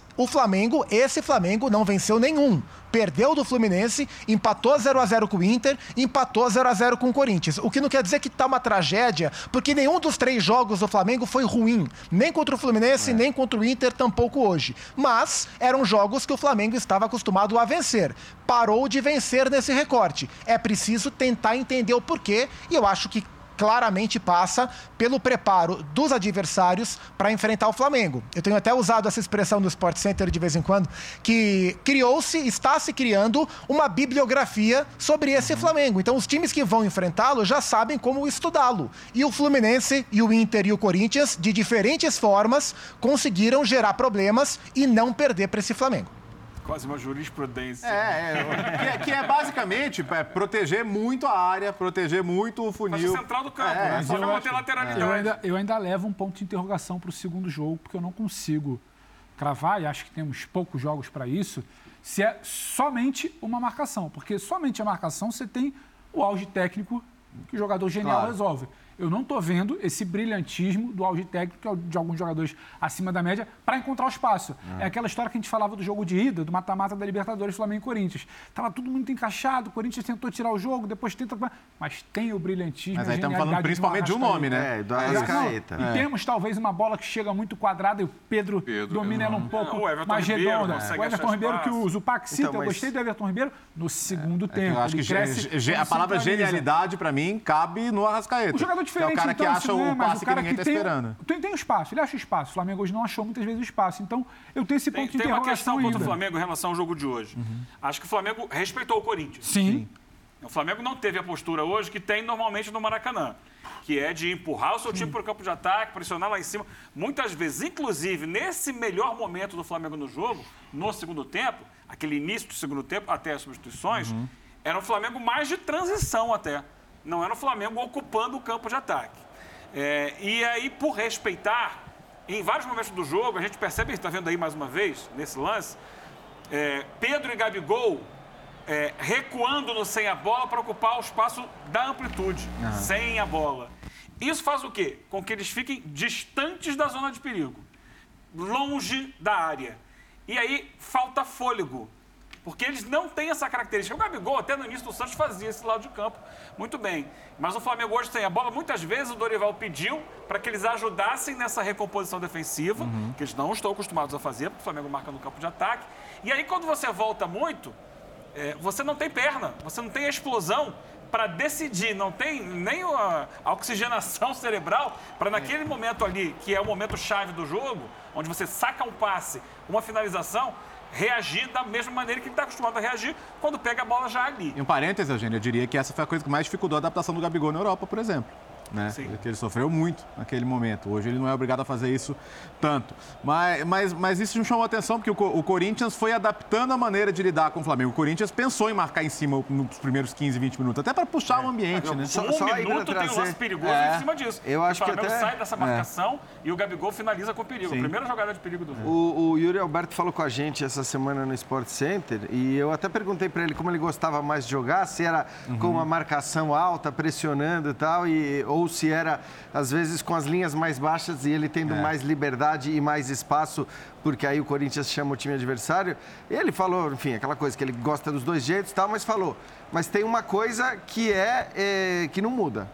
esse Flamengo não venceu nenhum. Perdeu do Fluminense, empatou 0-0 com o Inter, empatou 0-0 com o Corinthians. O que não quer dizer que tá uma tragédia, porque nenhum dos 3 jogos do Flamengo foi ruim. Nem contra o Fluminense, nem contra o Inter, tampouco hoje. Mas eram jogos que o Flamengo estava acostumado a vencer. Parou de vencer nesse recorte. É preciso tentar entender o porquê, e eu acho que claramente passa pelo preparo dos adversários para enfrentar o Flamengo. Eu tenho até usado essa expressão no Sport Center de vez em quando, que está se criando uma bibliografia sobre esse Flamengo. Então os times que vão enfrentá-lo já sabem como estudá-lo. E o Fluminense, e o Inter e o Corinthians, de diferentes formas, conseguiram gerar problemas e não perder para esse Flamengo. Quase uma jurisprudência. Que é basicamente proteger muito a área, proteger muito o funil. Mas o central do campo, né? Só vai manter lateralidade. Eu ainda levo um ponto de interrogação para o segundo jogo, porque eu não consigo cravar, e acho que temos poucos jogos para isso, se é somente uma marcação. Porque somente a marcação você tem o auge técnico que o jogador genial resolve. Eu não estou vendo esse brilhantismo do auge técnico de alguns jogadores acima da média para encontrar o espaço. É aquela história que a gente falava do jogo de ida, do mata-mata da Libertadores, Flamengo e Corinthians. Estava tudo muito encaixado, o Corinthians tentou tirar o jogo, depois tenta... Mas tem o brilhantismo. Mas aí estamos falando principalmente de um nome, né? Do Arrascaeta. E temos talvez uma bola que chega muito quadrada e o Pedro domina ela um pouco mais redonda. O Everton Ribeiro, que o Zupac cita, eu gostei do Everton Ribeiro no segundo tempo. Eu acho que a palavra genialidade, para mim, cabe no Arrascaeta. O jogador diferente, é o cara que acha o passe que ninguém está esperando. Tem o espaço, ele acha o espaço. O Flamengo hoje não achou muitas vezes o espaço. Então, eu tenho esse ponto de interrogação. Tem uma questão contra o Flamengo em relação ao jogo de hoje. Acho que o Flamengo respeitou o Corinthians. Sim. O Flamengo não teve a postura hoje que tem normalmente no Maracanã, que é de empurrar o seu time para o campo de ataque, pressionar lá em cima. Muitas vezes, inclusive, nesse melhor momento do Flamengo no jogo, no segundo tempo, aquele início do segundo tempo, até as substituições, era um Flamengo mais de transição até. Não era o Flamengo ocupando o campo de ataque. E aí, por respeitar, em vários momentos do jogo, a gente percebe, está vendo aí mais uma vez, nesse lance, Pedro e Gabigol recuando no sem a bola para ocupar o espaço da amplitude, sem a bola. Isso faz o quê? Com que eles fiquem distantes da zona de perigo, longe da área. E aí falta fôlego, porque eles não têm essa característica. O Gabigol, até no início do Santos, fazia esse lado de campo muito bem. Mas o Flamengo hoje tem a bola. Muitas vezes o Dorival pediu para que eles ajudassem nessa recomposição defensiva, que eles não estão acostumados a fazer, porque o Flamengo marca no campo de ataque. E aí, quando você volta muito, você não tem perna, você não tem a explosão para decidir, não tem nem a oxigenação cerebral para naquele momento ali, que é o momento chave do jogo, onde você saca um passe, uma finalização, reagir da mesma maneira que ele está acostumado a reagir quando pega a bola já ali. Em um parênteses, Eugênio, eu diria que essa foi a coisa que mais dificultou a adaptação do Gabigol na Europa, por exemplo. né? Sim. Porque ele sofreu muito naquele momento. Hoje ele não é obrigado a fazer isso tanto. Mas isso me chamou a atenção, porque o Corinthians foi adaptando a maneira de lidar com o Flamengo. O Corinthians pensou em marcar em cima nos primeiros 15, 20 minutos, até para puxar o ambiente, né? Só um minuto tem um lance perigoso em cima disso. Eu acho o Flamengo que até... sai dessa marcação e o Gabigol finaliza com perigo. Sim. A primeira jogada de perigo do jogo. O Yuri Alberto falou com a gente essa semana no Sport Center e eu até perguntei para ele como ele gostava mais de jogar, se era com uma marcação alta, pressionando e tal, ou se era, às vezes, com as linhas mais baixas e ele tendo mais liberdade e mais espaço, porque aí o Corinthians chama o time adversário. E ele falou, enfim, aquela coisa que ele gosta dos dois jeitos e tal, mas tem uma coisa que que não muda.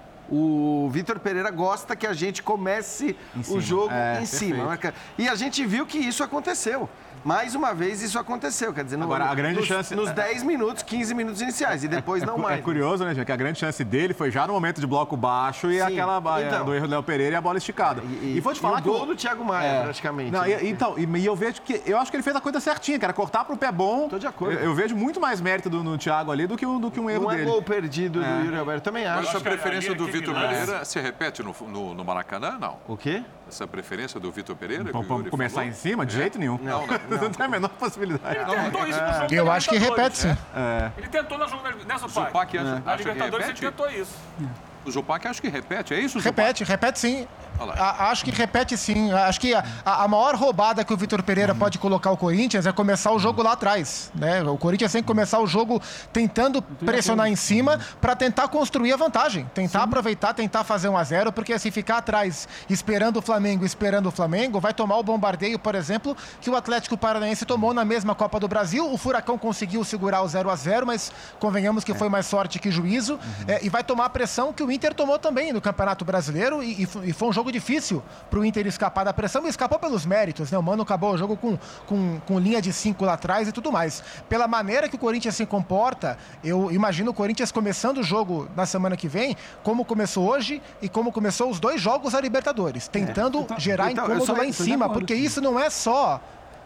O Vitor Pereira gosta que a gente comece o jogo em cima. E a gente viu que isso aconteceu. Mais uma vez isso aconteceu. Quer dizer, agora, a grande chance... nos 10 minutos, 15 minutos iniciais. E depois não mais. É curioso, né, gente? Que a grande chance dele foi já no momento de bloco baixo e aquela do erro do Léo Pereira e a bola esticada. E vou te falar que o gol do Thiago Maia, praticamente. Não, e eu vejo que... Eu acho que ele fez a coisa certinha, que era cortar pro pé bom. Tô de acordo. Eu vejo muito mais mérito no Thiago ali do que um erro dele. Não é gol perdido do Yuri Alberto, também acho. Essa preferência do Vitor Pereira se repete no Maracanã, não? O quê? Essa preferência do Vitor Pereira? Vamos começar em cima? De jeito nenhum. Não. Não tem a menor possibilidade. Ele tentou isso no jogo Eu acho que repete, sim. Ele tentou na jogo nessa Zupac parte. acha Na que Libertadores ele repete? tentou isso. O Zupac acho que repete, é isso, Zupac? Repete sim. Olha lá. Acho que repete sim. Acho que a maior roubada que o Vitor Pereira pode colocar o Corinthians é começar o jogo lá atrás, né? O Corinthians tem que começar o jogo tentando pressionar em cima para tentar construir a vantagem, tentar aproveitar, tentar fazer 1-0, porque se ficar atrás esperando o Flamengo, vai tomar o bombardeio, por exemplo, que o Atlético Paranaense tomou na mesma Copa do Brasil. O Furacão conseguiu segurar o 0-0, mas convenhamos que foi mais sorte que juízo, e vai tomar a pressão que o Inter tomou também no Campeonato Brasileiro, e foi um jogo difícil para o Inter escapar da pressão, e escapou pelos méritos, né? O Mano acabou o jogo com linha de 5 lá atrás e tudo mais. Pela maneira que o Corinthians se comporta, eu imagino o Corinthians começando o jogo na semana que vem, como começou hoje e como começou os 2 jogos da Libertadores, tentando gerar incômodo lá em cima, porque isso não é só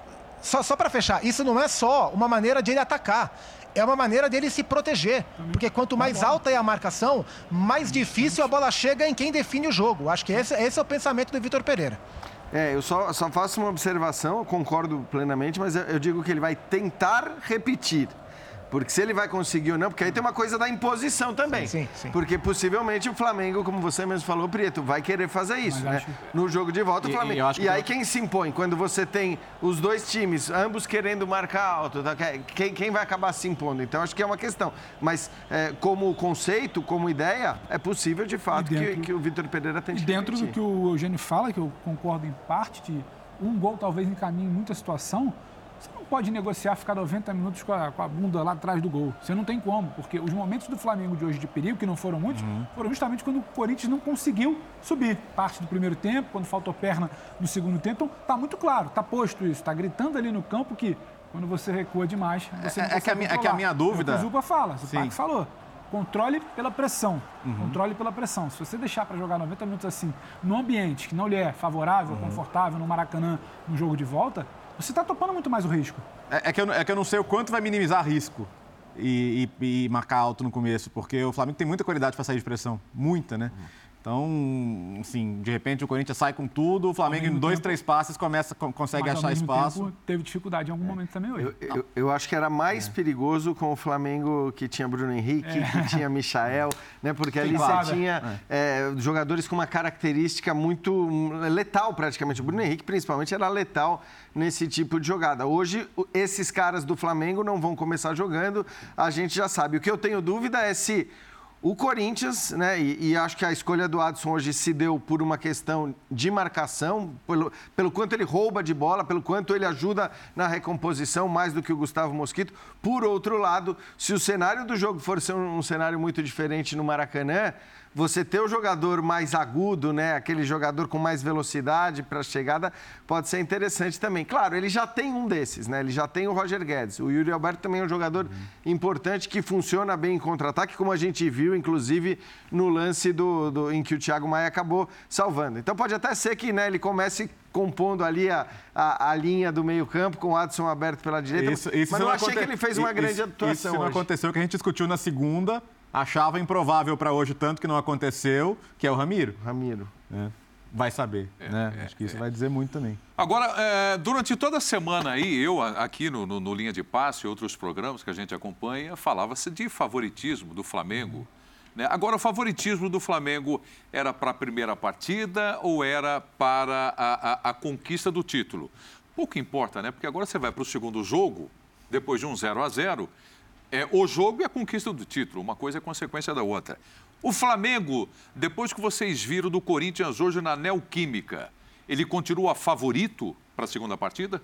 para fechar, isso não é só uma maneira de ele atacar. É uma maneira dele se proteger, porque quanto mais alta é a marcação, mais difícil a bola chega em quem define o jogo. Acho que esse é o pensamento do Vitor Pereira. Eu só faço uma observação, eu concordo plenamente, mas eu digo que ele vai tentar repetir. Porque se ele vai conseguir ou não, porque aí tem uma coisa da imposição também. Sim. Porque possivelmente o Flamengo, como você mesmo falou, Prieto, vai querer fazer isso, né? No jogo de volta, o Flamengo. E aí quem se impõe? Quando você tem os dois times, ambos querendo marcar alto, tá? Quem vai acabar se impondo? Então, acho que é uma questão. Mas, como conceito, como ideia, é possível, de fato, que o Vitor Pereira tente dentro repetir. do que o Eugênio fala, que eu concordo em parte, de um gol talvez encaminhe muita situação. Você não pode negociar ficar 90 minutos com a bunda lá atrás do gol. Você não tem como, porque os momentos do Flamengo de hoje de perigo, que não foram muitos, foram justamente quando o Corinthians não conseguiu subir. Parte do primeiro tempo, quando faltou perna no segundo tempo. Então, tá muito claro, tá posto isso, tá gritando ali no campo que quando você recua demais, você não consegue controlar. É que a minha dúvida... É o que o Zupac falou. Controle pela pressão. Controle pela pressão. Se você deixar para jogar 90 minutos assim, num ambiente que não lhe é favorável, confortável, no Maracanã, no jogo de volta, você está topando muito mais o risco. É que eu não sei o quanto vai minimizar risco e marcar alto no começo, porque o Flamengo tem muita qualidade para sair de pressão. Muita, né? Então, assim, de repente o Corinthians sai com tudo, o Flamengo em 2, 3 passes consegue achar espaço. Tempo, teve dificuldade em algum momento também hoje. Eu acho que era mais perigoso com o Flamengo que tinha Bruno Henrique, que tinha Michael, né? Porque ali você tinha jogadores com uma característica muito letal praticamente. O Bruno Henrique, principalmente, era letal nesse tipo de jogada. Hoje, esses caras do Flamengo não vão começar jogando, a gente já sabe. O que eu tenho dúvida é se o Corinthians, né, e acho que a escolha do Adson hoje se deu por uma questão de marcação, pelo quanto ele rouba de bola, pelo quanto ele ajuda na recomposição, mais do que o Gustavo Mosquito. Por outro lado, se o cenário do jogo for ser um cenário muito diferente no Maracanã, você ter o jogador mais agudo, né, aquele jogador com mais velocidade para a chegada, pode ser interessante também. Claro, ele já tem um desses, né? Ele já tem o Roger Guedes. O Yuri Alberto também é um jogador importante que funciona bem em contra-ataque, como a gente viu, inclusive, no lance em que o Thiago Maia acabou salvando. Então pode até ser que, né, ele comece compondo ali a linha do meio-campo com o Adson aberto pela direita. Mas eu achei que ele fez uma grande atuação. Isso não aconteceu, que a gente discutiu na segunda. achava improvável para hoje, tanto que não aconteceu, que é o Ramiro. Vai saber, né? Acho que isso vai dizer muito também. Agora, durante toda a semana aí, eu aqui no Linha de Passe e outros programas que a gente acompanha, falava-se de favoritismo do Flamengo. Né? Agora, o favoritismo do Flamengo era para a primeira partida ou era para a conquista do título? Pouco importa, né? Porque agora você vai para o segundo jogo, depois de um 0-0, o jogo e a conquista do título. Uma coisa é consequência da outra. O Flamengo, depois que vocês viram do Corinthians hoje na Neoquímica, ele continua favorito para a segunda partida?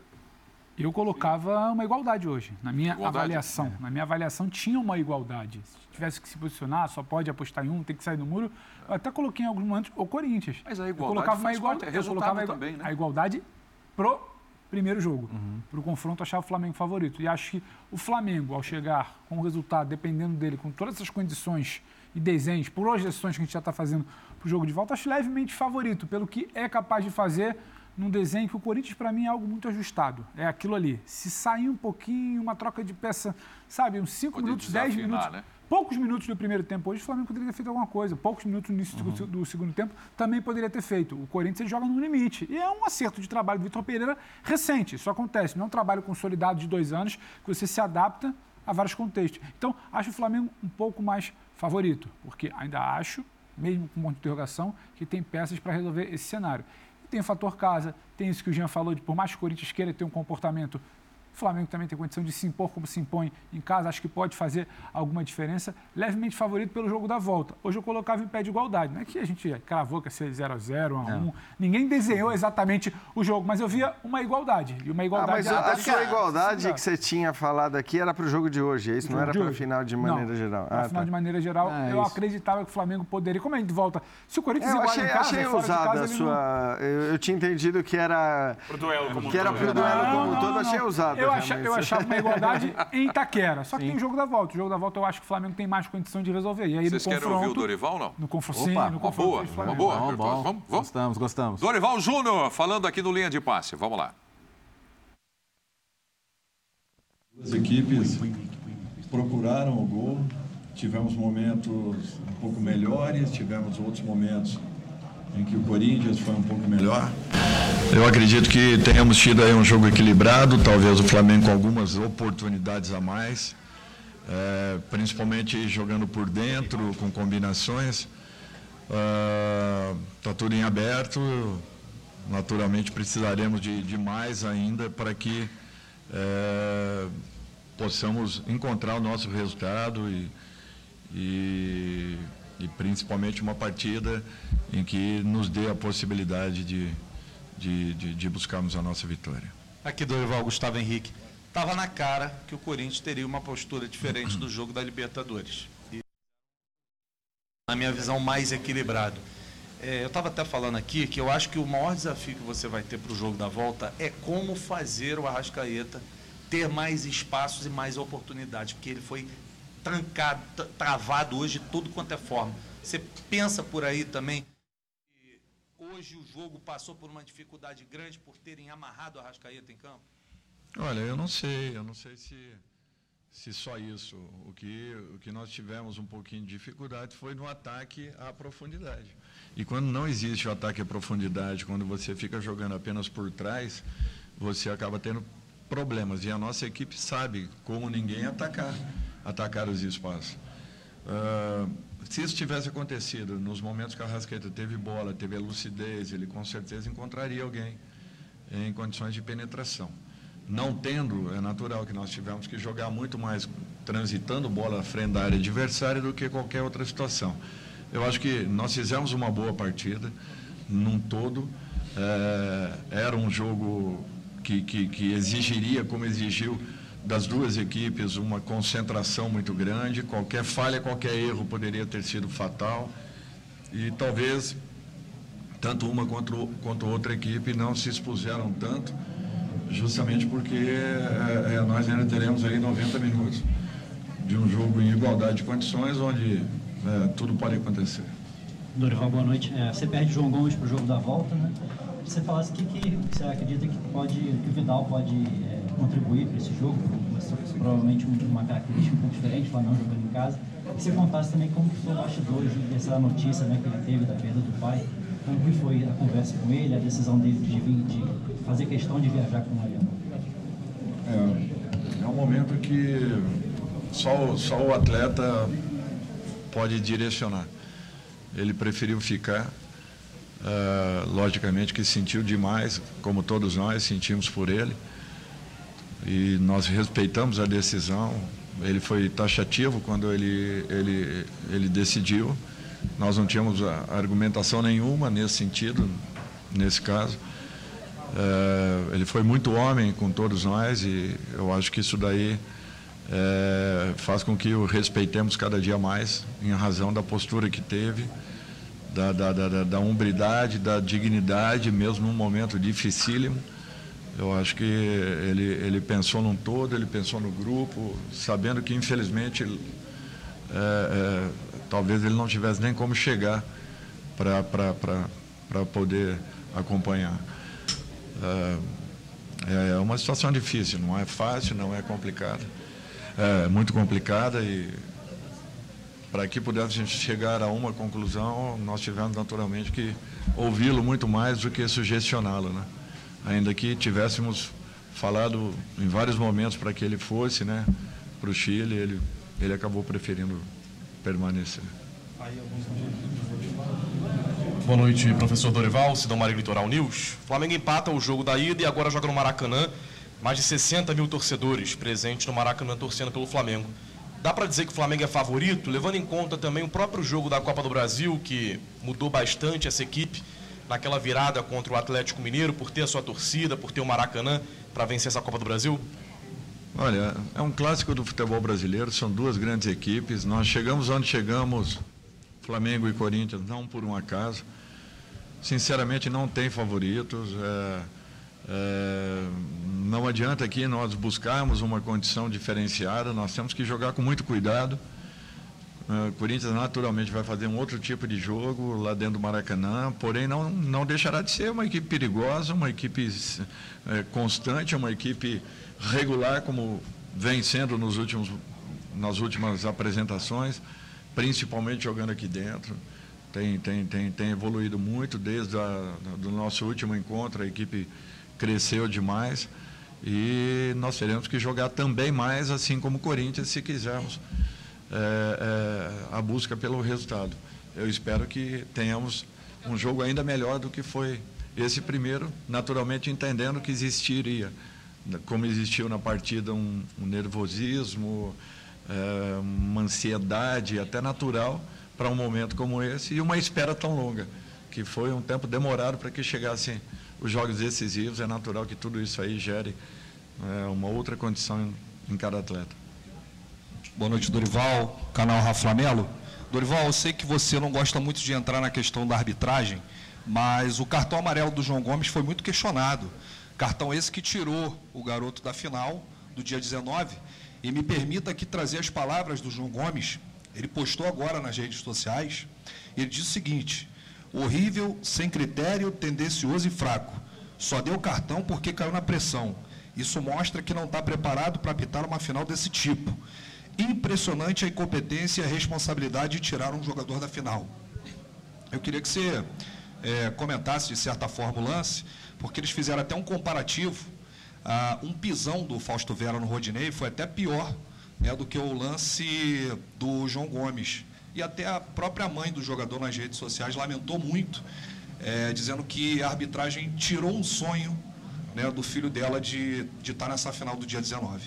Eu colocava uma igualdade hoje, na minha avaliação. Na minha avaliação tinha uma igualdade. Se tivesse que se posicionar, só pode apostar em um, tem que sair do muro. Eu até coloquei em alguns momentos o Corinthians. Mas a igualdade eu colocava também, né? A igualdade pro primeiro jogo. Para o confronto, eu achava o Flamengo favorito. E acho que o Flamengo, ao chegar com o resultado, dependendo dele, com todas essas condições e desenhos, projeções que a gente já está fazendo para o jogo de volta, acho levemente favorito, pelo que é capaz de fazer num desenho que o Corinthians, para mim, é algo muito ajustado. É aquilo ali. Se sair um pouquinho, uma troca de peça, sabe, uns 5 minutos, 10 minutos, né? Poucos minutos do primeiro tempo hoje, o Flamengo poderia ter feito alguma coisa. Poucos minutos no início do segundo tempo também poderia ter feito. O Corinthians ele joga no limite. E é um acerto de trabalho do Vitor Pereira recente. Isso acontece. Não é um trabalho consolidado de 2 anos que você se adapta a vários contextos. Então, acho o Flamengo um pouco mais favorito, porque ainda acho, mesmo com um monte de interrogação, que tem peças para resolver esse cenário. E tem o fator casa, tem isso que o Jean falou, de por mais que o Corinthians queira ter um comportamento, o Flamengo também tem condição de se impor como se impõe em casa, acho que pode fazer alguma diferença, levemente favorito pelo jogo da volta. Hoje eu colocava em pé de igualdade, não é que a gente cravou que ia ser 0-0, 1-1, ninguém desenhou exatamente o jogo, mas eu via uma igualdade. E uma igualdade mas a sua igualdade que você tinha falado aqui era para o jogo de hoje, é isso? Não era para a final de maneira geral? Para a final de maneira geral, eu acreditava que o Flamengo poderia, como a gente volta, se o Corinthians iguala em casa, achei ousada a sua... Eu tinha entendido que era... Pro duelo como todo, achei ousado. Eu achava uma igualdade em Itaquera. Só que tem o jogo da volta. O jogo da volta eu acho que o Flamengo tem mais condição de resolver. E aí, vocês querem ouvir o Dorival ou não? No confronto, no confronto. Uma boa. Vamos? Gostamos. Dorival Júnior, falando aqui no Linha de Passe. Vamos lá. As equipes procuraram o gol. Tivemos momentos um pouco melhores, tivemos outros momentos em que o Corinthians foi um pouco melhor. Eu acredito que tenhamos tido aí um jogo equilibrado, talvez o Flamengo com algumas oportunidades a mais, principalmente jogando por dentro, com combinações. Está tudo em aberto, naturalmente precisaremos de mais ainda para que possamos encontrar o nosso resultado e principalmente uma partida em que nos dê a possibilidade de buscarmos a nossa vitória. Aqui, Dorival, Gustavo Henrique. Estava na cara que o Corinthians teria uma postura diferente do jogo da Libertadores. E, na minha visão, mais equilibrado. Eu estava até falando aqui que eu acho que o maior desafio que você vai ter para o jogo da volta é como fazer o Arrascaeta ter mais espaços e mais oportunidades, porque ele foi trancado, travado hoje de tudo quanto é forma. Você pensa por aí também que hoje o jogo passou por uma dificuldade grande por terem amarrado o Arrascaeta em campo? Olha, eu não sei se só isso. O que nós tivemos um pouquinho de dificuldade foi no ataque à profundidade. E quando não existe o ataque à profundidade, quando você fica jogando apenas por trás, você acaba tendo problemas. E a nossa equipe sabe como ninguém atacar os espaços. Se isso tivesse acontecido nos momentos que a Arrascaeta teve bola, teve a lucidez, ele com certeza encontraria alguém em condições de penetração. Não tendo, é natural que nós tivemos que jogar muito mais transitando bola à frente da área adversária do que qualquer outra situação. Eu acho que nós fizemos uma boa partida, num todo. Era um jogo que exigiria, como exigiu das duas equipes, uma concentração muito grande. Qualquer falha, qualquer erro poderia ter sido fatal. E talvez tanto uma quanto outra equipe não se expuseram tanto, justamente porque nós ainda teremos aí 90 minutos de um jogo em igualdade de condições, onde tudo pode acontecer. Dorival, boa noite. Você perde o João Gomes para o jogo da volta, né? Você falasse que você acredita que o Vidal pode contribuir para esse jogo, provavelmente uma característica um pouco diferente, o Flamengo jogando em casa. E você contasse também como que foi o bastidor dessa notícia, né, que ele teve da perda do pai. Como que foi a conversa com ele, a decisão dele de fazer questão de viajar com o Mariano? É um momento que só o atleta pode direcionar. Ele preferiu ficar, logicamente que sentiu demais, como todos nós sentimos por ele, e nós respeitamos a decisão. Ele foi taxativo quando ele decidiu. Nós não tínhamos argumentação nenhuma nesse sentido, nesse caso. Ele foi muito homem com todos nós e eu acho que isso daí faz com que o respeitemos cada dia mais, em razão da postura que teve, da hombridade, da dignidade, mesmo num momento dificílimo. Eu acho que ele pensou num todo, ele pensou no grupo, sabendo que, infelizmente, talvez ele não tivesse nem como chegar para poder acompanhar. É uma situação difícil, não é fácil, não é complicada. É muito complicada e, para que pudéssemos chegar a uma conclusão, nós tivemos naturalmente que ouvi-lo muito mais do que sugestioná-lo, né? Ainda que tivéssemos falado em vários momentos para que ele fosse, né, para o Chile, ele acabou preferindo permanecer. Boa noite, professor Dorival, Sidão Marinho, Litoral News. O Flamengo empata o jogo da ida e agora joga no Maracanã. Mais de 60 mil torcedores presentes no Maracanã torcendo pelo Flamengo. Dá para dizer que o Flamengo é favorito, levando em conta também o próprio jogo da Copa do Brasil, que mudou bastante essa equipe naquela virada contra o Atlético Mineiro, por ter a sua torcida, por ter o Maracanã para vencer essa Copa do Brasil? Olha, é um clássico do futebol brasileiro, são duas grandes equipes. Nós chegamos onde chegamos, Flamengo e Corinthians, não por um acaso. Sinceramente, não tem favoritos. Não adianta aqui nós buscarmos uma condição diferenciada, nós temos que jogar com muito cuidado. O Corinthians naturalmente vai fazer um outro tipo de jogo lá dentro do Maracanã, porém não deixará de ser uma equipe perigosa, uma equipe constante, uma equipe regular, como vem sendo nas últimas apresentações, principalmente jogando aqui dentro. Tem evoluído muito desde do nosso último encontro, a equipe cresceu demais e nós teremos que jogar também mais, assim como o Corinthians, se quisermos a busca pelo resultado. Eu espero que tenhamos um jogo ainda melhor do que foi esse primeiro, naturalmente entendendo que existiria, como existiu na partida, um nervosismo, uma ansiedade até natural para um momento como esse e uma espera tão longa, que foi um tempo demorado para que chegassem os jogos decisivos. É natural que tudo isso aí gere uma outra condição em cada atleta. Boa noite, Dorival, canal Rafa Melo. Dorival, eu sei que você não gosta muito de entrar na questão da arbitragem, mas o cartão amarelo do João Gomes foi muito questionado. Cartão esse que tirou o garoto da final do dia 19. E me permita aqui trazer as palavras do João Gomes. Ele postou agora nas redes sociais. Ele diz o seguinte: horrível, sem critério, tendencioso e fraco. Só deu cartão porque caiu na pressão. Isso mostra que não está preparado para apitar uma final desse tipo. Impressionante a incompetência e a responsabilidade de tirar um jogador da final. Eu queria que você comentasse, de certa forma, o lance, porque eles fizeram até um comparativo. Um pisão do Fausto Vera no Rodinei foi até pior, né, do que o lance do João Gomes. E até a própria mãe do jogador nas redes sociais lamentou muito, dizendo que a arbitragem tirou um sonho, né, do filho dela de estar nessa final do dia 19.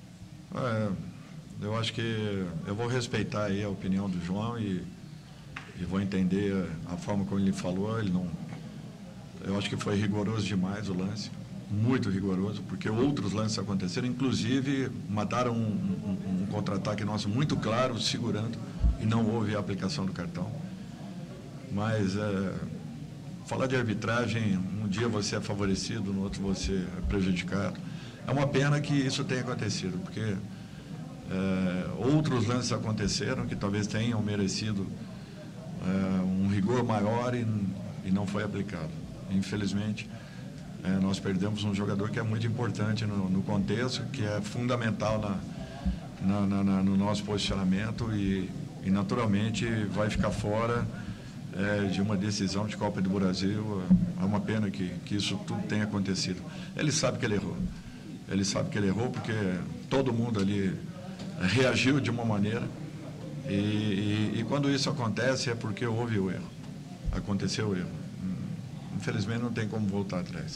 Eu acho que eu vou respeitar aí a opinião do João e vou entender a forma como ele falou. Eu acho que foi rigoroso demais o lance, muito rigoroso, porque outros lances aconteceram, inclusive mataram um contra-ataque nosso muito claro, segurando, e não houve a aplicação do cartão. Mas falar de arbitragem, um dia você é favorecido, no outro você é prejudicado. É uma pena que isso tenha acontecido, porque outros lances aconteceram que talvez tenham merecido um rigor maior e não foi aplicado. Infelizmente, nós perdemos um jogador que é muito importante no contexto, que é fundamental no nosso posicionamento e naturalmente vai ficar fora de uma decisão de Copa do Brasil. É uma pena que isso tudo tenha acontecido. Ele sabe que ele errou. Ele sabe que ele errou porque todo mundo ali reagiu de uma maneira e quando isso acontece é porque houve o erro. Aconteceu o erro. Infelizmente não tem como voltar atrás.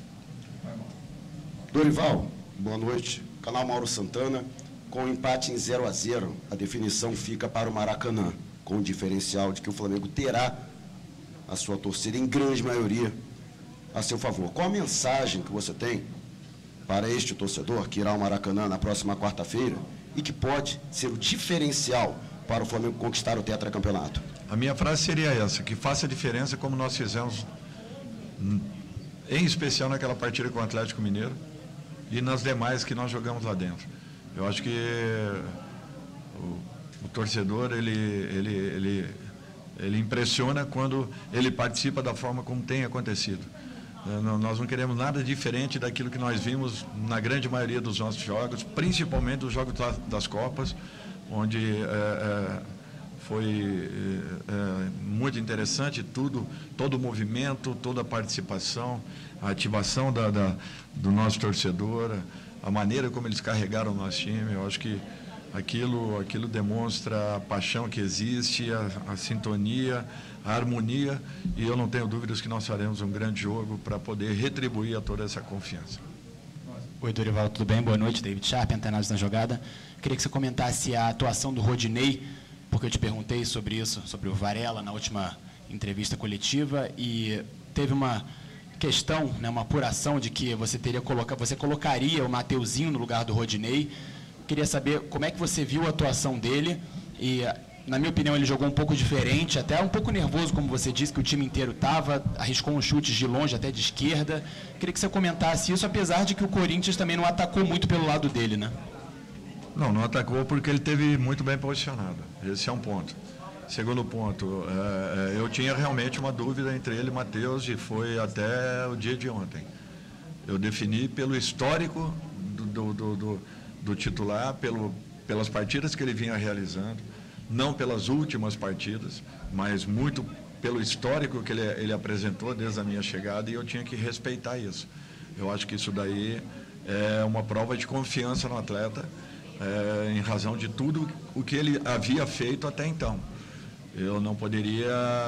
Dorival, boa noite. Canal Mauro Santana. Com o empate em 0-0, a definição fica para o Maracanã, com o diferencial de que o Flamengo terá a sua torcida, em grande maioria, a seu favor. Qual a mensagem que você tem para este torcedor que irá ao Maracanã na próxima quarta-feira e que pode ser o diferencial para o Flamengo conquistar o tetracampeonato? A minha frase seria essa, que faça a diferença como nós fizemos, em especial naquela partida com o Atlético Mineiro e nas demais que nós jogamos lá dentro. Eu acho que o torcedor, ele impressiona quando ele participa da forma como tem acontecido. Nós não queremos nada diferente daquilo que nós vimos na grande maioria dos nossos jogos, principalmente os jogos das Copas, onde foi muito interessante todo o movimento, toda a participação, a ativação do nosso torcedor, a maneira como eles carregaram o nosso time. Eu acho que aquilo demonstra a paixão que existe, a sintonia, a harmonia, e eu não tenho dúvidas que nós faremos um grande jogo para poder retribuir a toda essa confiança. Oi, Dorival, tudo bem? Boa noite, David Sharp, Antenados na Jogada. Queria que você comentasse a atuação do Rodinei, porque eu te perguntei sobre isso, sobre o Varela, na última entrevista coletiva, e teve uma questão, né, uma apuração de que você colocaria o Mateuzinho no lugar do Rodinei. Queria saber como é que você viu a atuação dele e, na minha opinião, ele jogou um pouco diferente, até um pouco nervoso, como você disse, que o time inteiro estava, arriscou uns chutes de longe, até de esquerda. Queria que você comentasse isso, apesar de que o Corinthians também não atacou muito pelo lado dele, né? Não atacou porque ele esteve muito bem posicionado. Esse é um ponto. Segundo ponto, eu tinha realmente uma dúvida entre ele e o Matheus, e foi até o dia de ontem. Eu defini pelo histórico do titular, pelas partidas que ele vinha realizando, não pelas últimas partidas, mas muito pelo histórico que ele apresentou desde a minha chegada, e eu tinha que respeitar isso. Eu acho que isso daí é uma prova de confiança no atleta, em razão de tudo o que ele havia feito até então. Eu não poderia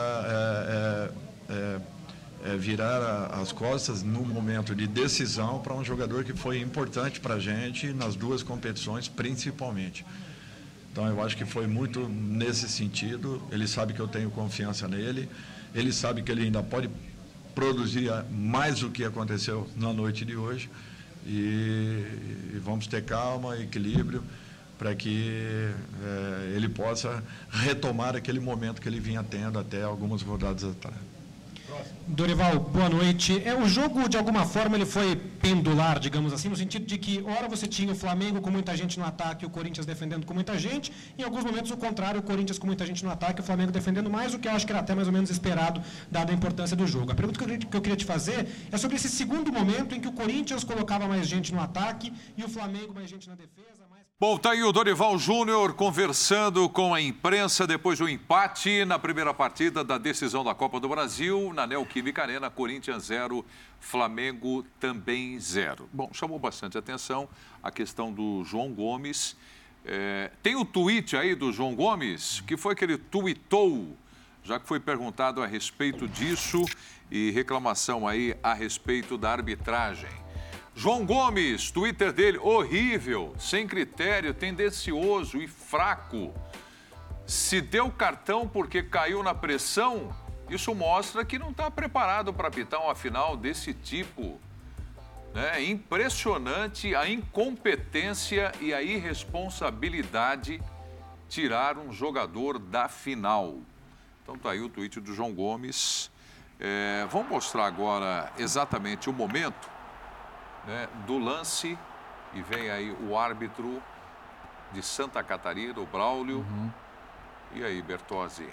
virar as costas no momento de decisão para um jogador que foi importante para a gente nas duas competições, principalmente. Então, eu acho que foi muito nesse sentido. Ele sabe que eu tenho confiança nele, ele sabe que ele ainda pode produzir mais do que aconteceu na noite de hoje, e vamos ter calma, equilíbrio, para que ele possa retomar aquele momento que ele vinha tendo até algumas rodadas atrás. Dorival, boa noite. O jogo, de alguma forma, ele foi pendular, digamos assim, no sentido de que, ora você tinha o Flamengo com muita gente no ataque, o Corinthians defendendo com muita gente, em alguns momentos o contrário, o Corinthians com muita gente no ataque, o Flamengo defendendo mais, o que eu acho que era até mais ou menos esperado, dada a importância do jogo. A pergunta que eu queria te fazer é sobre esse segundo momento em que o Corinthians colocava mais gente no ataque e o Flamengo mais gente na defesa. Bom, tá aí o Dorival Júnior conversando com a imprensa depois do empate na primeira partida da decisão da Copa do Brasil, na Neoquímica Arena, Corinthians 0, Flamengo também 0. Bom, chamou bastante atenção a questão do João Gomes. Tem o tweet aí do João Gomes, que foi que ele tweetou, já que foi perguntado a respeito disso e reclamação aí a respeito da arbitragem. João Gomes, Twitter dele, horrível, sem critério, tendencioso e fraco. Se deu cartão porque caiu na pressão, isso mostra que não está preparado para apitar uma final desse tipo. Impressionante a incompetência e a irresponsabilidade tirar um jogador da final. Então tá aí o tweet do João Gomes. Vamos mostrar agora exatamente o momento do lance, e vem aí o árbitro de Santa Catarina, o Braulio, E aí, Bertozzi?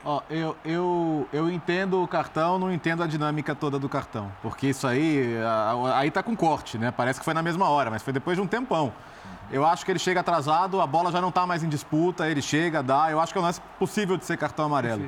Eu entendo o cartão, não entendo a dinâmica toda do cartão. Porque isso aí tá com corte, né? Parece que foi na mesma hora, mas foi depois de um tempão. Eu acho que ele chega atrasado, a bola já não está mais em disputa, ele chega, dá. Eu acho que é um lance possível de ser cartão amarelo.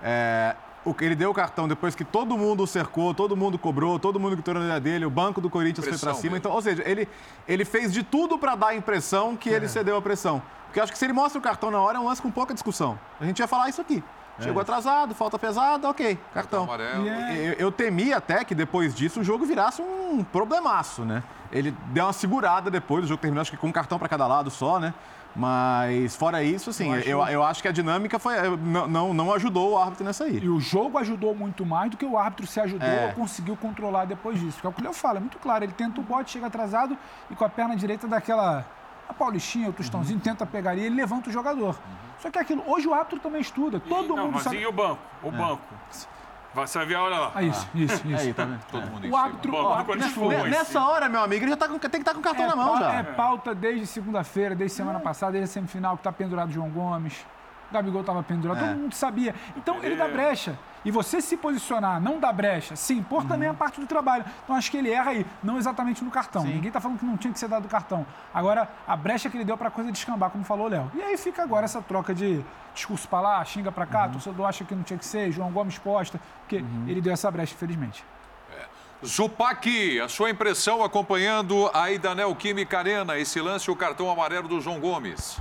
Ele deu o cartão depois que todo mundo o cercou, todo mundo cobrou, todo mundo gritou na orelha dele, o banco do Corinthians foi para cima. Então, ou seja, ele fez de tudo para dar a impressão que ele cedeu a pressão. Porque eu acho que se ele mostra o cartão na hora, é um lance com pouca discussão. A gente ia falar isso aqui. Chegou atrasado, falta pesada, ok, cartão. Eu temi até que depois disso o jogo virasse um problemaço, né? Ele deu uma segurada depois, o jogo terminou acho que com um cartão para cada lado só, né? Mas fora isso, assim, eu acho que a dinâmica não ajudou o árbitro nessa aí. E o jogo ajudou muito mais do que o árbitro se ajudou ou conseguiu controlar depois disso. Porque é o que eu falo, é muito claro, ele tenta o bote, chega atrasado e com a perna direita daquela... A Paulistinha, o Tostãozinho, tenta pegar e ele levanta o jogador. Só que aquilo, hoje o árbitro também estuda, todo mundo sabe... E o banco? O banco. Você vai ver a hora lá. Isso. Aí, tá vendo? Todo mundo o árbitro nessa hora, meu amigo, ele já tem que estar com o cartão na mão já. É pauta desde segunda-feira, desde semana passada, desde a semifinal, que tá pendurado o João Gomes. O Gabigol estava pendurado, todo mundo sabia. Então, ele dá brecha. E você se posicionar, não dá brecha, se impor também é parte do trabalho. Então, acho que ele erra aí, não exatamente no cartão. Ninguém está falando que não tinha que ser dado o cartão. Agora, a brecha que ele deu para a coisa descambar, como falou o Léo. E aí fica agora essa troca de discurso para lá, xinga para cá, torcedor acha que não tinha que ser, João Gomes posta, porque ele deu essa brecha, infelizmente. Zupac, a sua impressão acompanhando aí da Neoquímica Arena, esse lance, o cartão amarelo do João Gomes.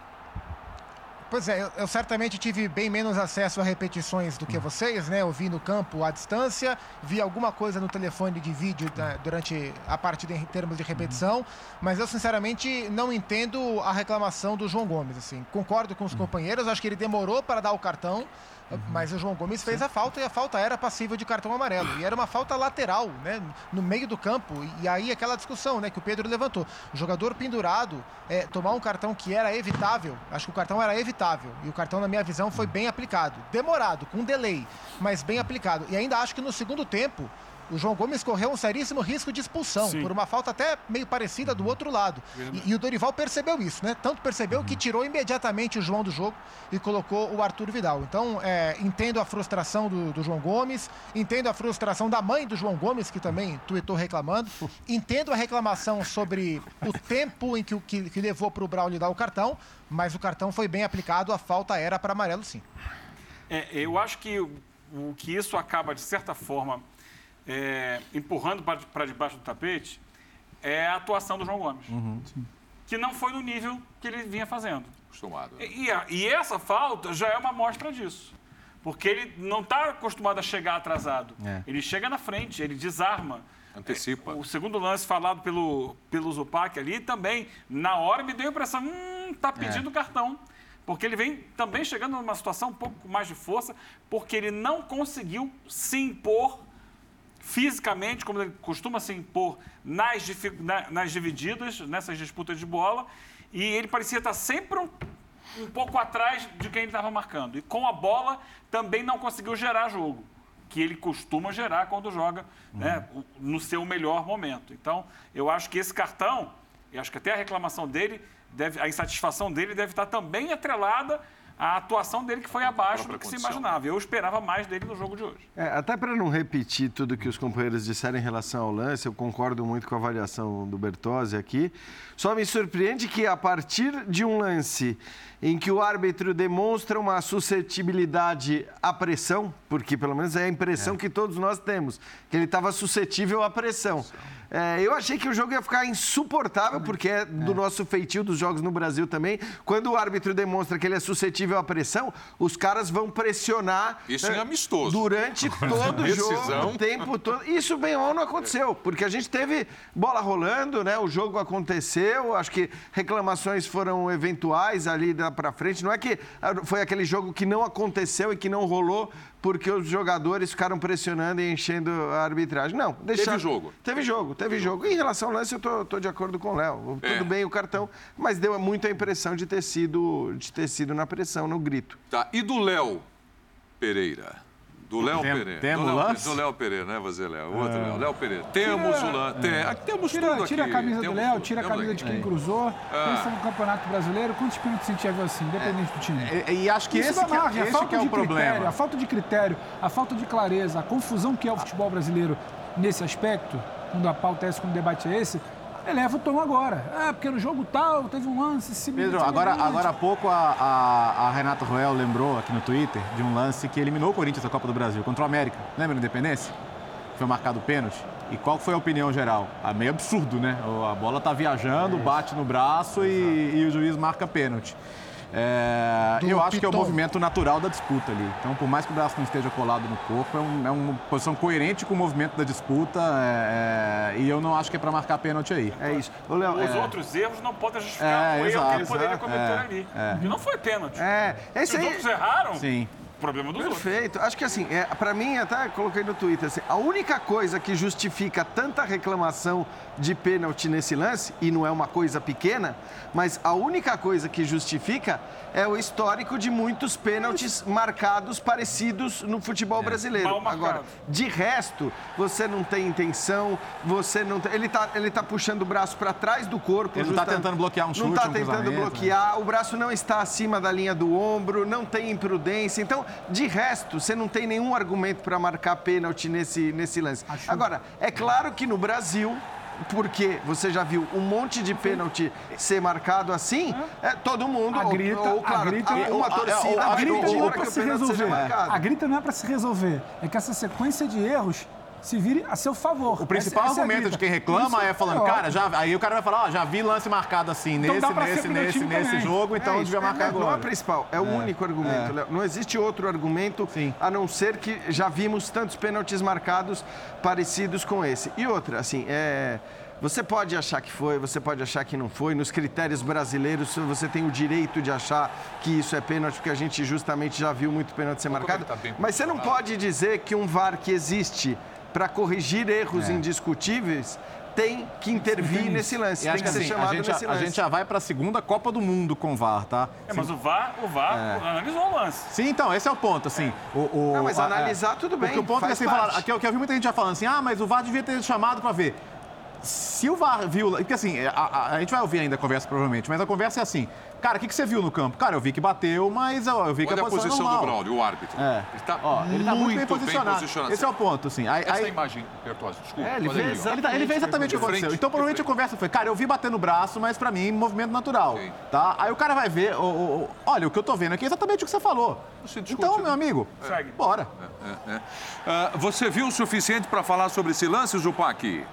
Pois é, eu certamente tive bem menos acesso a repetições do que vocês, né? Eu vi no campo à distância, vi alguma coisa no telefone de vídeo durante a partida em termos de repetição, mas eu sinceramente não entendo a reclamação do João Gomes, assim. Concordo com os companheiros, acho que ele demorou para dar o cartão, mas o João Gomes fez a falta e a falta era passível de cartão amarelo. E era uma falta lateral, né? No meio do campo. E aí aquela discussão, né? Que o Pedro levantou. O jogador pendurado, tomar um cartão que era evitável. Acho que o cartão era evitável. E o cartão, na minha visão, foi bem aplicado. Demorado, com delay, mas bem aplicado. E ainda acho que no segundo tempo, o João Gomes correu um seríssimo risco de expulsão, por uma falta até meio parecida do outro lado. E o Dorival percebeu isso, né? Tanto percebeu que tirou imediatamente o João do jogo e colocou o Arthur Vidal. Então, entendo a frustração do João Gomes, entendo a frustração da mãe do João Gomes, que também tuitou reclamando, entendo a reclamação sobre o tempo em que levou para o Braulio dar o cartão, mas o cartão foi bem aplicado, a falta era para amarelo, sim. Eu acho que o que isso acaba, de certa forma... empurrando para debaixo do tapete é a atuação do João Gomes. Que não foi no nível que ele vinha fazendo. Acostumado. E essa falta já é uma amostra disso. Porque ele não está acostumado a chegar atrasado. Ele chega na frente, ele desarma. Antecipa. O segundo lance falado pelo Zupac ali também, na hora me deu a impressão, está pedindo cartão. Porque ele vem também chegando numa situação um pouco mais de força, porque ele não conseguiu se impor fisicamente, como ele costuma se impor nas divididas, nessas disputas de bola, e ele parecia estar sempre um pouco atrás de quem ele estava marcando. E com a bola também não conseguiu gerar jogo, que ele costuma gerar quando joga né, no seu melhor momento. Então, eu acho que esse cartão, e acho que até a reclamação dele, a insatisfação dele deve estar também atrelada a atuação dele que foi abaixo do que se imaginava. Eu esperava mais dele no jogo de hoje. Até para não repetir tudo que os companheiros disseram em relação ao lance, eu concordo muito com a avaliação do Bertozzi aqui. Só me surpreende que a partir de um lance em que o árbitro demonstra uma suscetibilidade à pressão, porque pelo menos é a impressão que todos nós temos, que ele estava suscetível à pressão. Eu achei que o jogo ia ficar insuportável, porque é do nosso feitio dos jogos no Brasil também. Quando o árbitro demonstra que ele é suscetível à pressão, os caras vão pressionar... Isso é amistoso. Durante todo o jogo, o tempo todo. Isso bem ou não aconteceu, porque a gente teve bola rolando, né? O jogo aconteceu, acho que reclamações foram eventuais ali para frente. Não é que foi aquele jogo que não aconteceu e que não rolou porque os jogadores ficaram pressionando e enchendo a arbitragem. Não, Teve jogo. Teve jogo. Em relação ao lance, eu tô de acordo com o Léo. Tudo bem o cartão, mas deu muito a impressão de ter sido na pressão, no grito. Tá, e do Léo Pereira? Do Léo Pereira. Temos o lance? Do Léo Pereira, né, você, Léo? O outro Léo. Léo Pereira. Temos o lance. Temos tudo aqui. Tira a camisa do Léo, tira a camisa aqui. de quem cruzou. Pensa no Campeonato Brasileiro. Quantos pênaltis a gente já viu assim, independente do time? E acho que esse que é o problema. A falta de critério, a falta de clareza, a confusão que é o futebol brasileiro nesse aspecto, quando a pauta é essa, quando o debate é esse, eleva o tom agora. Porque no jogo tal teve um lance... Pedro, agora há pouco a Renata Ruel lembrou aqui no Twitter de um lance que eliminou o Corinthians da Copa do Brasil contra o América. Lembra da Independência? Foi marcado pênalti. E qual foi a opinião geral? Meio absurdo, né? A bola tá viajando, bate no braço e o juiz marca pênalti. Eu acho que é o movimento natural da disputa ali. Então, por mais que o braço não esteja colado no corpo, é uma posição coerente com o movimento da disputa e eu não acho que é para marcar pênalti aí. É isso. Os outros erros não podem justificar o erro que ele poderia cometer ali. E não foi pênalti. Se os outros erraram... Sim. Problema dos outros. Perfeito. Acho que assim, para mim, até coloquei no Twitter, assim, a única coisa que justifica tanta reclamação de pênalti nesse lance, e não é uma coisa pequena, mas a única coisa que justifica é o histórico de muitos pênaltis marcados parecidos no futebol brasileiro. Agora, de resto, você não tem intenção, você não tem... Ele tá puxando o braço para trás do corpo. Ele não está tentando bloquear um chute, não está tentando bloquear, o braço não está acima da linha do ombro, não tem imprudência. Então, de resto, você não tem nenhum argumento para marcar pênalti nesse lance. Agora, é claro que no Brasil, porque você já viu um monte de pênalti ser marcado assim, todo mundo... A grita não é para se resolver. A grita não é para se resolver. É que essa sequência de erros se vire a seu favor. O principal argumento de quem reclama é falando, cara, aí o cara vai falar, já vi lance marcado assim, nesse jogo, então devia marcar agora. Não é o principal, é o único argumento, Léo. Não existe outro argumento, a não ser que já vimos tantos pênaltis marcados parecidos com esse. E outra, assim, você pode achar que foi, você pode achar que não foi. Nos critérios brasileiros, você tem o direito de achar que isso é pênalti, porque a gente justamente já viu muito pênalti ser marcado. Mas você não pode dizer que um VAR que existe para corrigir erros indiscutíveis tem que intervir nesse lance, tem que ser chamado nesse lance. A gente já vai para a segunda Copa do Mundo com o VAR, tá? Mas o VAR analisou o lance. Sim, então, esse é o ponto, assim. Não, mas analisar tudo bem, porque o ponto é assim, que eu vi muita gente já falando assim, mas o VAR devia ter chamado para ver. Se o VAR viu... Porque assim, a gente vai ouvir ainda a conversa provavelmente, mas a conversa é assim, cara, o que você viu no campo? Cara, eu vi que bateu, mas eu vi que a posição do Braulio, o árbitro. Ele tá muito bem posicionado. Esse é o ponto, assim. Essa imagem, Bertozzi, desculpa. Ele vê exatamente o que aconteceu. Então, provavelmente a conversa foi, cara, eu vi bater no braço, mas pra mim, movimento natural. Tá? Aí o cara vai ver, olha, o que eu tô vendo aqui é exatamente o que você falou. Então, meu amigo, bora. Você viu o suficiente para falar sobre esse lance, Zupac?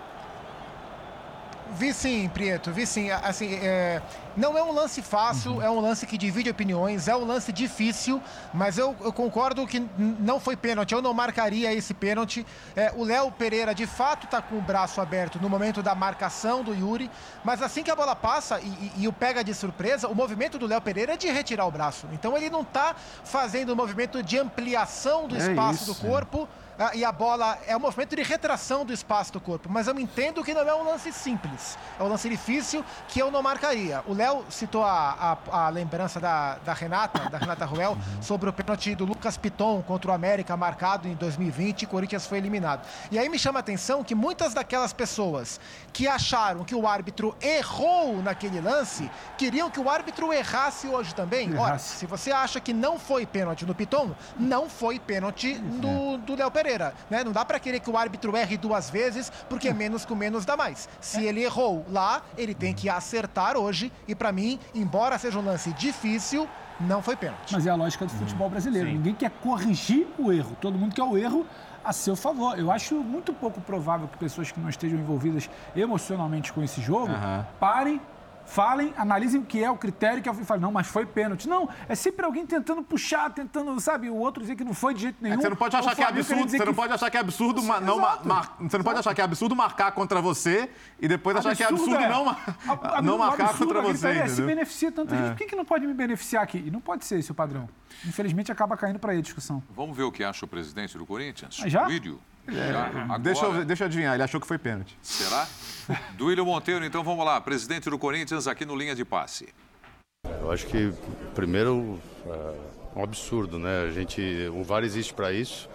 Vi sim, Prieto, vi sim. Assim, não é um lance fácil, é um lance que divide opiniões, é um lance difícil, mas eu concordo que não foi pênalti, eu não marcaria esse pênalti. O Léo Pereira, de fato, está com o braço aberto no momento da marcação do Yuri, mas assim que a bola passa e o pega de surpresa, o movimento do Léo Pereira é de retirar o braço. Então ele não está fazendo o movimento de ampliação do espaço do corpo, e a bola é um movimento de retração do espaço do corpo. Mas eu entendo que não é um lance simples. É um lance difícil que eu não marcaria. O Léo citou a lembrança da Renata Ruel, sobre o pênalti do Lucas Piton contra o América, marcado em 2020, e o Corinthians foi eliminado. E aí me chama a atenção que muitas daquelas pessoas que acharam que o árbitro errou naquele lance, queriam que o árbitro errasse hoje também. Ora, se você acha que não foi pênalti no Piton, não foi pênalti do Léo Pereira. Né? Não dá para querer que o árbitro erre duas vezes, porque menos com menos dá mais. Se ele errou lá, ele tem que acertar hoje. E para mim, embora seja um lance difícil, não foi pênalti. Mas é a lógica do futebol brasileiro. Sim. Ninguém quer corrigir o erro. Todo mundo quer o erro a seu favor. Eu acho muito pouco provável que pessoas que não estejam envolvidas emocionalmente com esse jogo parem, falem, analisem o que é o critério, que eu falei, não, mas foi pênalti. Não, é sempre alguém tentando puxar, tentando, sabe, o outro dizer que não foi de jeito nenhum. Você não pode achar que é absurdo, você não pode achar que é absurdo, você não pode achar que é absurdo marcar contra você e depois achar que é absurdo não marcar contra você. Se beneficia tanto gente. Por que não pode me beneficiar aqui? E não pode ser esse o padrão. Infelizmente acaba caindo para aí a discussão. Vamos ver o que acha o presidente do Corinthians? Já? Vídeo. Deixa eu adivinhar, ele achou que foi pênalti. Será? Duílio Monteiro, então vamos lá. Presidente do Corinthians aqui no Linha de Passe. Eu acho que, primeiro, é um absurdo, né? O VAR existe para isso.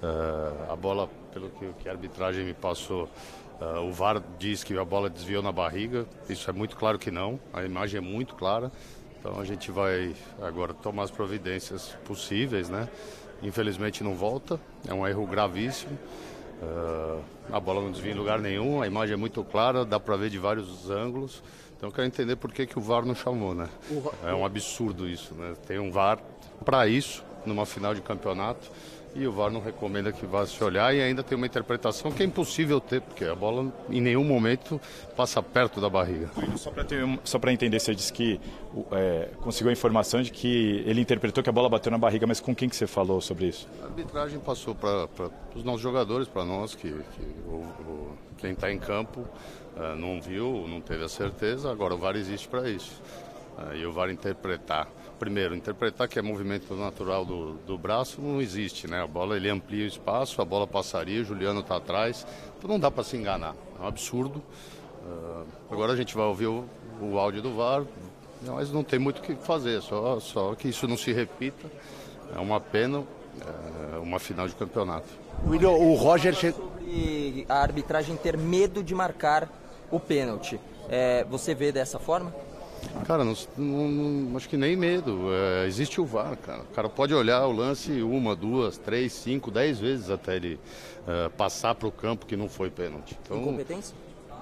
A bola, pelo que a arbitragem me passou, o VAR diz que a bola desviou na barriga. Isso é muito claro que não. A imagem é muito clara. Então a gente vai agora tomar as providências possíveis, né? Infelizmente não volta. É um erro gravíssimo. A bola não desvia em lugar nenhum. A imagem é muito clara, dá para ver de vários ângulos. Então eu quero entender por que o VAR não chamou, né? É um absurdo isso, né? Tem um VAR para isso, numa final de campeonato. E o VAR não recomenda que vá se olhar e ainda tem uma interpretação que é impossível ter, porque a bola em nenhum momento passa perto da barriga. Só para entender, você disse que conseguiu a informação de que ele interpretou que a bola bateu na barriga, mas com quem que você falou sobre isso? A arbitragem passou para os nossos jogadores, para nós, quem está em campo não viu, não teve a certeza, agora o VAR existe para isso. E o VAR interpretar que é movimento natural do braço não existe, né? A bola, ele amplia o espaço, a bola passaria, o Juliano está atrás, então não dá para se enganar, é um absurdo. Agora a gente vai ouvir o áudio do VAR, mas não tem muito o que fazer, só que isso não se repita. É uma pena, uma final de campeonato. O Roger sobre a arbitragem ter medo de marcar o pênalti. Você vê dessa forma? Cara, não, acho que nem medo. Existe o VAR, cara. O cara pode olhar o lance 1, 2, 3, 5, 10 vezes até ele passar para o campo que não foi pênalti. Então, incompetência?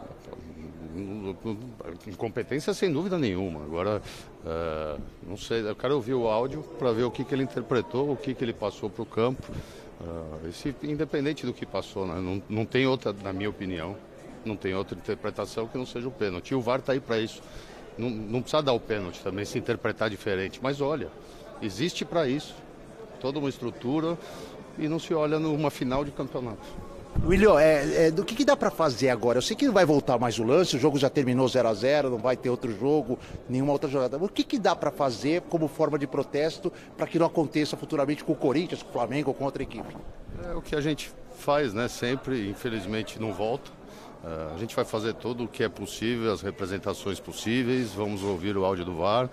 Incompetência sem dúvida nenhuma. Agora, não sei, eu quero ouvir o áudio para ver o que ele interpretou, o que ele passou para o campo. Independente do que passou, né? Não tem outra, na minha opinião, não tem outra interpretação que não seja o pênalti. E o VAR está aí para isso. Não precisa dar o pênalti também, se interpretar diferente. Mas olha, existe para isso. Toda uma estrutura e não se olha numa final de campeonato. William, do que dá para fazer agora? Eu sei que não vai voltar mais o lance, o jogo já terminou 0-0, não vai ter outro jogo, nenhuma outra jogada. O que dá para fazer como forma de protesto para que não aconteça futuramente com o Corinthians, com o Flamengo ou com outra equipe? É o que a gente faz, né? Sempre, infelizmente, não volta. A gente vai fazer tudo o que é possível, as representações possíveis, vamos ouvir o áudio do VAR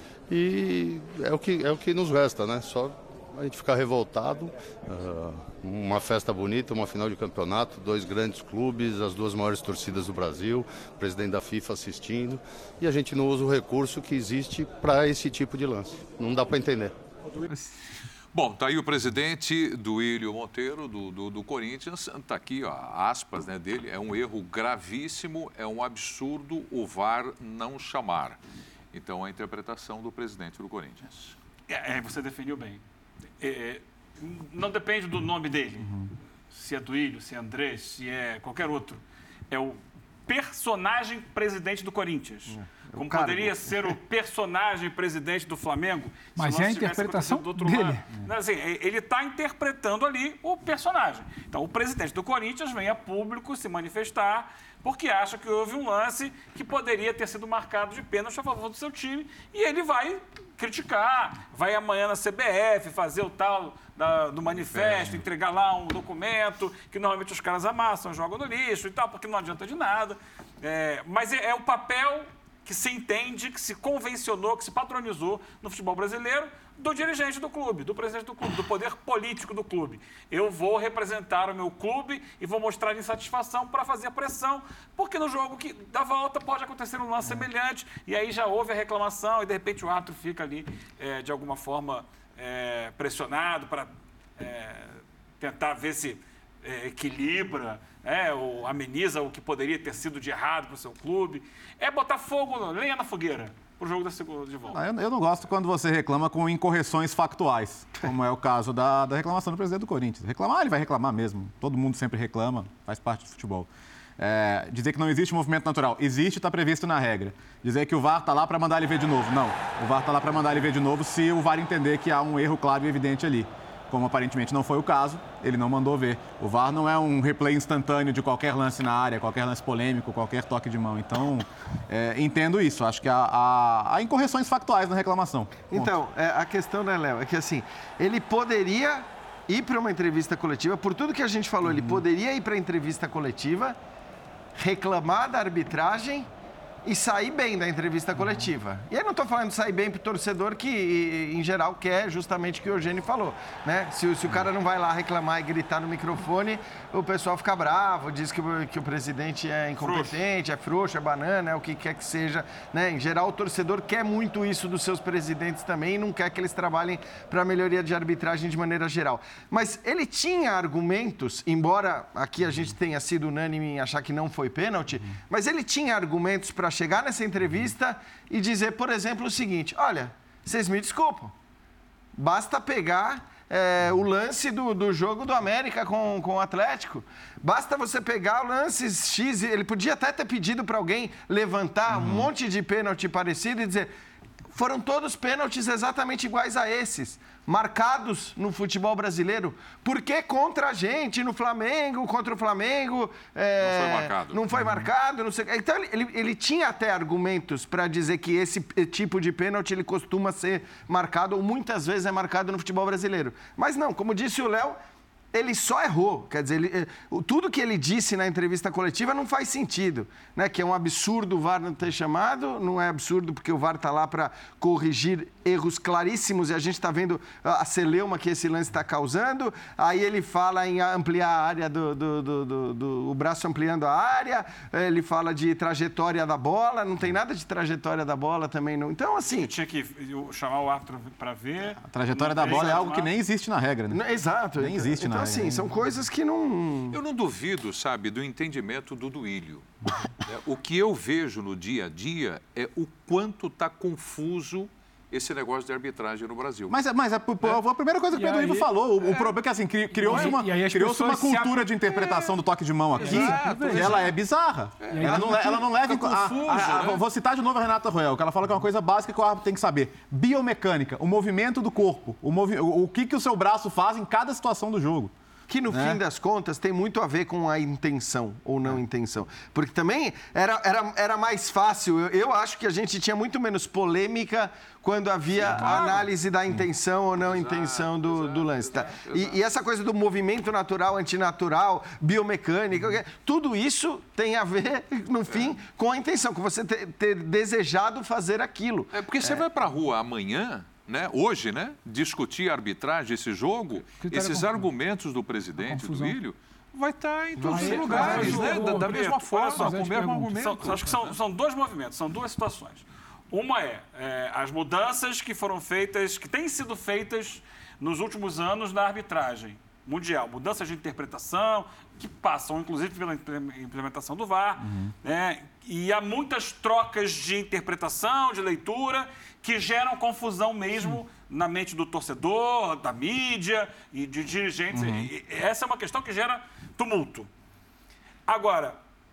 e é o que nos resta, né? Só a gente ficar revoltado, uma festa bonita, uma final de campeonato, 2 grandes clubes, as 2 maiores torcidas do Brasil, o presidente da FIFA assistindo e a gente não usa o recurso que existe para esse tipo de lance. Não dá para entender. Bom, tá aí o presidente Duílio Monteiro, do Corinthians, tá aqui, ó, aspas, né, dele, é um erro gravíssimo, é um absurdo o VAR não chamar. Então, a interpretação do presidente do Corinthians. Você definiu bem. Não depende do nome dele, se é Duílio, se é Andrés, se é qualquer outro. É o personagem presidente do Corinthians. Como poderia ser o personagem presidente do Flamengo. Mas é a interpretação dele. Assim, ele está interpretando ali o personagem. Então, o presidente do Corinthians vem a público se manifestar porque acha que houve um lance que poderia ter sido marcado de pênalti a favor do seu time e ele vai criticar, vai amanhã na CBF fazer o tal do manifesto, entregar lá um documento que normalmente os caras amassam, jogam no lixo e tal, porque não adianta de nada. Mas é o papel que se entende, que se convencionou, que se patronizou no futebol brasileiro do dirigente do clube, do presidente do clube, do poder político do clube. Eu vou representar o meu clube e vou mostrar insatisfação para fazer pressão, porque no jogo da volta pode acontecer um lance semelhante e aí já houve a reclamação e de repente o árbitro fica ali de alguma forma pressionado para tentar ver se equilibra, ou ameniza o que poderia ter sido de errado para o seu clube. É botar fogo, lenha na fogueira para o jogo da segunda de volta. Eu não gosto quando você reclama com incorreções factuais, como é o caso da reclamação do presidente do Corinthians. Reclamar, ele vai reclamar mesmo. Todo mundo sempre reclama, faz parte do futebol. Dizer que não existe movimento natural. Existe, está previsto na regra. Dizer que o VAR está lá para mandar ele ver de novo. Não, o VAR está lá para mandar ele ver de novo se o VAR entender que há um erro claro e evidente ali. Como aparentemente não foi o caso, ele não mandou ver. O VAR não é um replay instantâneo de qualquer lance na área, qualquer lance polêmico, qualquer toque de mão. Então, entendo isso. Acho que há incorreções factuais na reclamação. Então, a questão, né, Léo, é que assim, ele poderia ir para uma entrevista coletiva, por tudo que a gente falou, ele poderia ir para a entrevista coletiva, reclamar da arbitragem e sair bem da entrevista coletiva. E aí não estou falando de sair bem para o torcedor que, em geral, quer justamente o que o Eugênio falou, né? Se o cara não vai lá reclamar e gritar no microfone, o pessoal fica bravo, diz que o presidente é incompetente, é frouxo, é banana, é o que quer que seja, né? Em geral, o torcedor quer muito isso dos seus presidentes também e não quer que eles trabalhem para a melhoria de arbitragem de maneira geral. Mas ele tinha argumentos, embora aqui a gente tenha sido unânime em achar que não foi pênalti, mas ele tinha argumentos para chegar nessa entrevista e dizer, por exemplo, o seguinte: olha, vocês me desculpam, basta pegar o lance do jogo do América com o Atlético. Basta você pegar o lance X, ele podia até ter pedido para alguém levantar um monte de pênalti parecido e dizer, foram todos pênaltis exatamente iguais a esses, marcados no futebol brasileiro. Por que contra a gente, no Flamengo, contra o Flamengo, não foi marcado, não sei. Então, ele tinha até argumentos para dizer que esse tipo de pênalti ele costuma ser marcado, ou muitas vezes é marcado no futebol brasileiro. Mas não, como disse o Léo, ele só errou. Quer dizer, tudo que ele disse na entrevista coletiva não faz sentido, né? Que é um absurdo o VAR não ter chamado, não é absurdo porque o VAR está lá para corrigir erros claríssimos e a gente está vendo a celeuma que esse lance está causando. Aí ele fala em ampliar a área o braço ampliando a área, ele fala de trajetória da bola, não tem nada de trajetória da bola também não. Então, assim... Tinha que chamar o árbitro para ver... A trajetória da bola é algo que nem existe na regra, né? Exato. Nem existe na regra. Então, assim, são coisas que não... Eu não duvido, sabe, do entendimento do Duílio. O que eu vejo no dia a dia é o quanto está confuso esse negócio de arbitragem no Brasil. Mas a primeira coisa que o Pedro Ivo falou, o problema é que assim, criou-se uma cultura de interpretação do toque de mão aqui, que ela é bizarra. Ela não leva em conta. Vou citar de novo a Renata Roel, que ela fala que é uma coisa básica que o árbitro tem que saber. Biomecânica, o movimento do corpo, o que o seu braço faz em cada situação do jogo. Que, no fim das contas, tem muito a ver com a intenção ou não intenção. Porque também era mais fácil. Eu acho que a gente tinha muito menos polêmica quando havia a análise da intenção ou não intenção do lance. Tá? E essa coisa do movimento natural, antinatural, biomecânica, tudo isso tem a ver, no fim, com a intenção, com você ter desejado fazer aquilo. Porque você vai para a rua amanhã... Né? Hoje, né? Discutir a arbitragem desse jogo, esses argumentos do presidente, do Duílio, vai estar em todos os lugares, né? Da mesma forma, com o mesmo argumento. Acho que são dois movimentos, são duas situações. Uma as mudanças que foram feitas, que têm sido feitas nos últimos anos na arbitragem mundial. Mudanças de interpretação, que passam, inclusive, pela implementação do VAR. Né? E há muitas trocas de interpretação, de leitura, que geram confusão mesmo na mente do torcedor, da mídia e de dirigentes. E essa é uma questão que gera tumulto. Agora,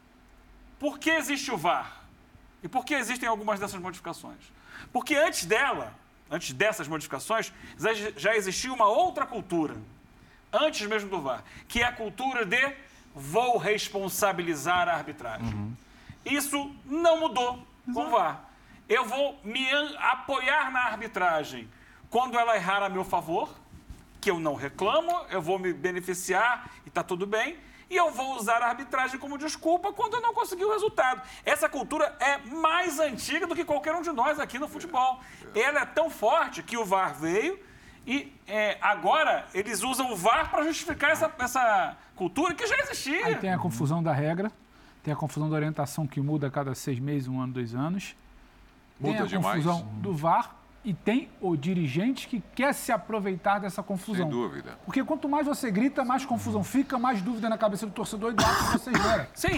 por que existe o VAR? E por que existem algumas dessas modificações? Porque antes dessas modificações, já existia uma outra cultura, antes mesmo do VAR, que é a cultura de vou responsabilizar a arbitragem. Isso não mudou com o VAR. Eu vou me apoiar na arbitragem quando ela errar a meu favor, que eu não reclamo, eu vou me beneficiar e está tudo bem, e eu vou usar a arbitragem como desculpa quando eu não conseguir o resultado. Essa cultura é mais antiga do que qualquer um de nós aqui no futebol. Ela é tão forte que o VAR veio e agora eles usam o VAR para justificar essa cultura que já existia. Aí tem a confusão da regra, tem a confusão da orientação que muda a cada 6 meses, 1 ano, 2 anos. Tem a confusão do VAR e tem o dirigente que quer se aproveitar dessa confusão. Sem dúvida. Porque quanto mais você grita, mais confusão fica, mais dúvida na cabeça do torcedor e do ato que você gera. Sim,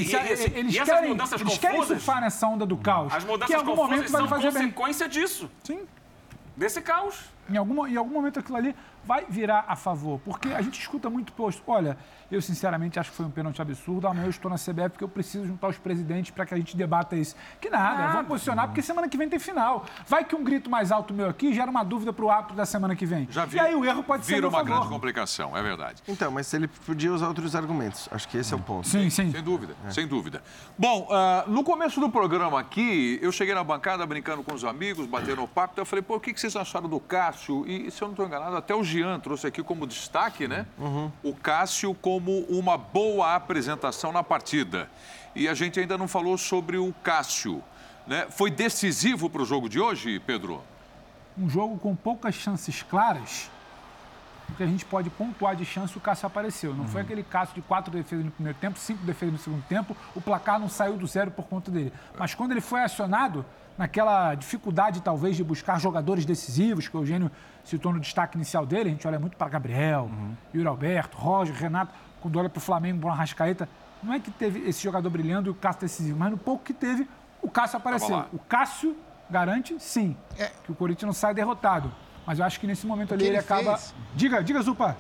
eles querem surfar nessa onda do caos. As mudanças confusas são consequência disso. Sim. Desse caos. Em algum momento aquilo ali vai virar a favor. Porque a gente escuta muito posto. Olha, eu sinceramente acho que foi um pênalti absurdo. Amanhã eu estou na CBF porque eu preciso juntar os presidentes para que a gente debata isso. Que nada, vamos posicionar porque semana que vem tem final. Vai que um grito mais alto meu aqui gera uma dúvida para o árbitro da semana que vem. Já vi, e aí o erro pode ser vira uma grande complicação, é verdade. Então, mas ele podia usar outros argumentos. Acho que esse é o ponto. Sim. Sem dúvida, sem dúvida. Bom, no começo do programa aqui, eu cheguei na bancada brincando com os amigos, batendo papo, então eu falei, pô, o que vocês acharam do Cássio? E, se eu não estou enganado, até o Jean trouxe aqui como destaque, né? O Cássio como uma boa apresentação na partida. E a gente ainda não falou sobre o Cássio, né? Foi decisivo para o jogo de hoje, Pedro? Um jogo com poucas chances claras, porque a gente pode pontuar de chance, o Cássio apareceu. Não foi aquele Cássio de 4 defesas no primeiro tempo, 5 defesas no segundo tempo, o placar não saiu do zero por conta dele. Mas quando ele foi acionado, naquela dificuldade talvez de buscar jogadores decisivos, que o Eugênio citou no destaque inicial dele, a gente olha muito para Gabriel, Yuri Alberto, Roger, Renato, quando olha para o Flamengo, para o Arrascaeta, não é que teve esse jogador brilhando e o Cássio decisivo, mas no pouco que teve, o Cássio apareceu. O Cássio garante, sim, que o Corinthians não sai derrotado. Mas eu acho que nesse momento ali ele acaba... Diga, Zupa.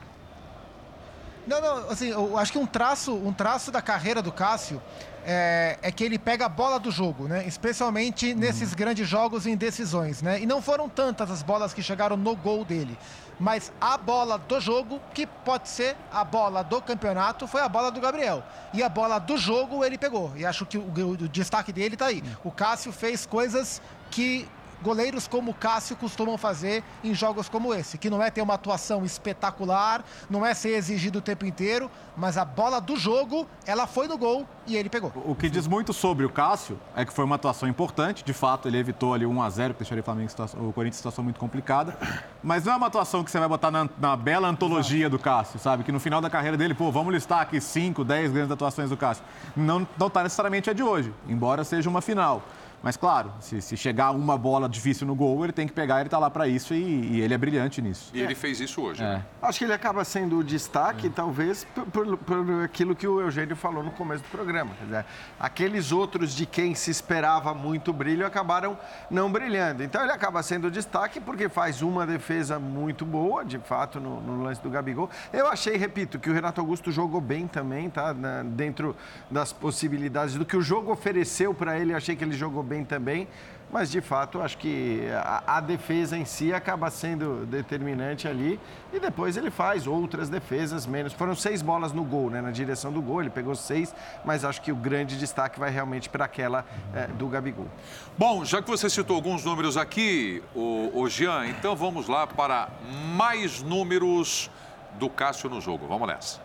Não, assim, eu acho que um traço da carreira do Cássio é que ele pega a bola do jogo, né? Especialmente nesses grandes jogos em decisões, né? E não foram tantas as bolas que chegaram no gol dele. Mas a bola do jogo, que pode ser a bola do campeonato, foi a bola do Gabriel. E a bola do jogo ele pegou. E acho que o destaque dele tá aí. O Cássio fez coisas que goleiros como o Cássio costumam fazer em jogos como esse, que não é ter uma atuação espetacular, não é ser exigido o tempo inteiro, mas a bola do jogo, ela foi no gol e ele pegou. O que diz muito sobre o Cássio é que foi uma atuação importante, de fato ele evitou ali 1-0, que deixaria o Corinthians em situação muito complicada, mas não é uma atuação que você vai botar na bela antologia do Cássio, sabe? Que no final da carreira dele, vamos listar aqui 5, 10 grandes atuações do Cássio. Não está necessariamente a de hoje, embora seja uma final. Mas, claro, se chegar uma bola difícil no gol, ele tem que pegar, ele está lá para isso e ele é brilhante nisso. E ele fez isso hoje, né? Acho que ele acaba sendo o destaque, talvez, por aquilo que o Eugênio falou no começo do programa. Quer dizer, aqueles outros de quem se esperava muito brilho acabaram não brilhando. Então, ele acaba sendo o destaque porque faz uma defesa muito boa, de fato, no lance do Gabigol. Eu achei, repito, que o Renato Augusto jogou bem também, tá? Dentro das possibilidades do que o jogo ofereceu para ele, eu achei que ele jogou bem também, mas de fato acho que a defesa em si acaba sendo determinante ali e depois ele faz outras defesas menos. Foram 6 bolas no gol, né, na direção do gol, ele pegou 6, mas acho que o grande destaque vai realmente para aquela do Gabigol. Bom, já que você citou alguns números aqui, o Jean, então vamos lá para mais números do Cássio no jogo. Vamos nessa.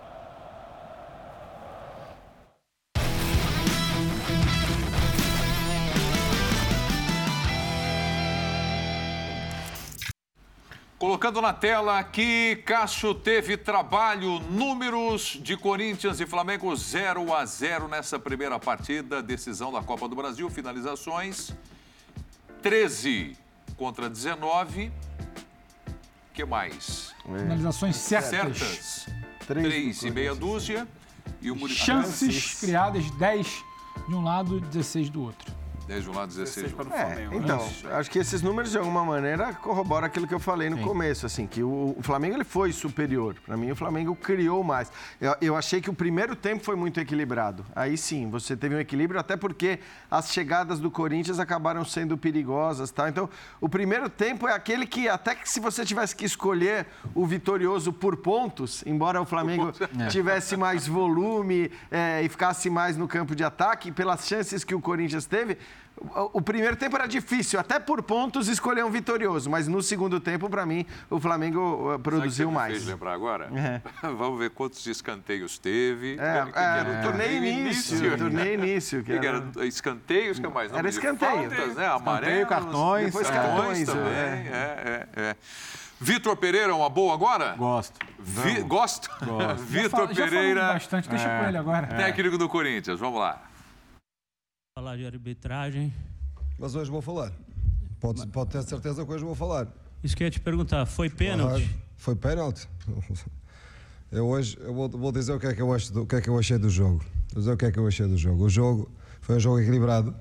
Colocando na tela aqui, Cássio teve trabalho, números de Corinthians e Flamengo 0-0 nessa primeira partida, decisão da Copa do Brasil, finalizações 13 contra 19. O que mais? Finalizações certas. 3 e meia dúzia. E o chances criadas, 10 de um lado e 16 do outro. 10 de um lado, 16 para o Flamengo. Então, acho que esses números, de alguma maneira, corroboram aquilo que eu falei no começo, assim, que o Flamengo ele foi superior. Para mim, o Flamengo criou mais. Eu achei que o primeiro tempo foi muito equilibrado. Aí sim, você teve um equilíbrio, até porque as chegadas do Corinthians acabaram sendo perigosas, tá? Então, o primeiro tempo é aquele que, até que se você tivesse que escolher o vitorioso por pontos, embora o Flamengo tivesse mais volume e ficasse mais no campo de ataque, pelas chances que o Corinthians teve, o primeiro tempo era difícil, até por pontos, escolher um vitorioso. Mas no segundo tempo, para mim, o Flamengo produziu mais. Fez lembrar agora? Vamos ver quantos escanteios teve. Torneio início. Que era escanteios, que é mais? Era escanteio. Faltas, né? Amarelo, cartões. Depois cartões também. Vitor Pereira, uma boa agora? Gosto. Gosto? Vitor Pereira. Já bastante, deixa com ele agora. Técnico do Corinthians, vamos lá. Falar de arbitragem. Mas hoje vou falar. Pode ter certeza que hoje vou falar. Isso que eu ia te perguntar, foi pênalti? Foi pênalti? Eu vou dizer o que é que eu achei do jogo. O jogo foi um jogo equilibrado.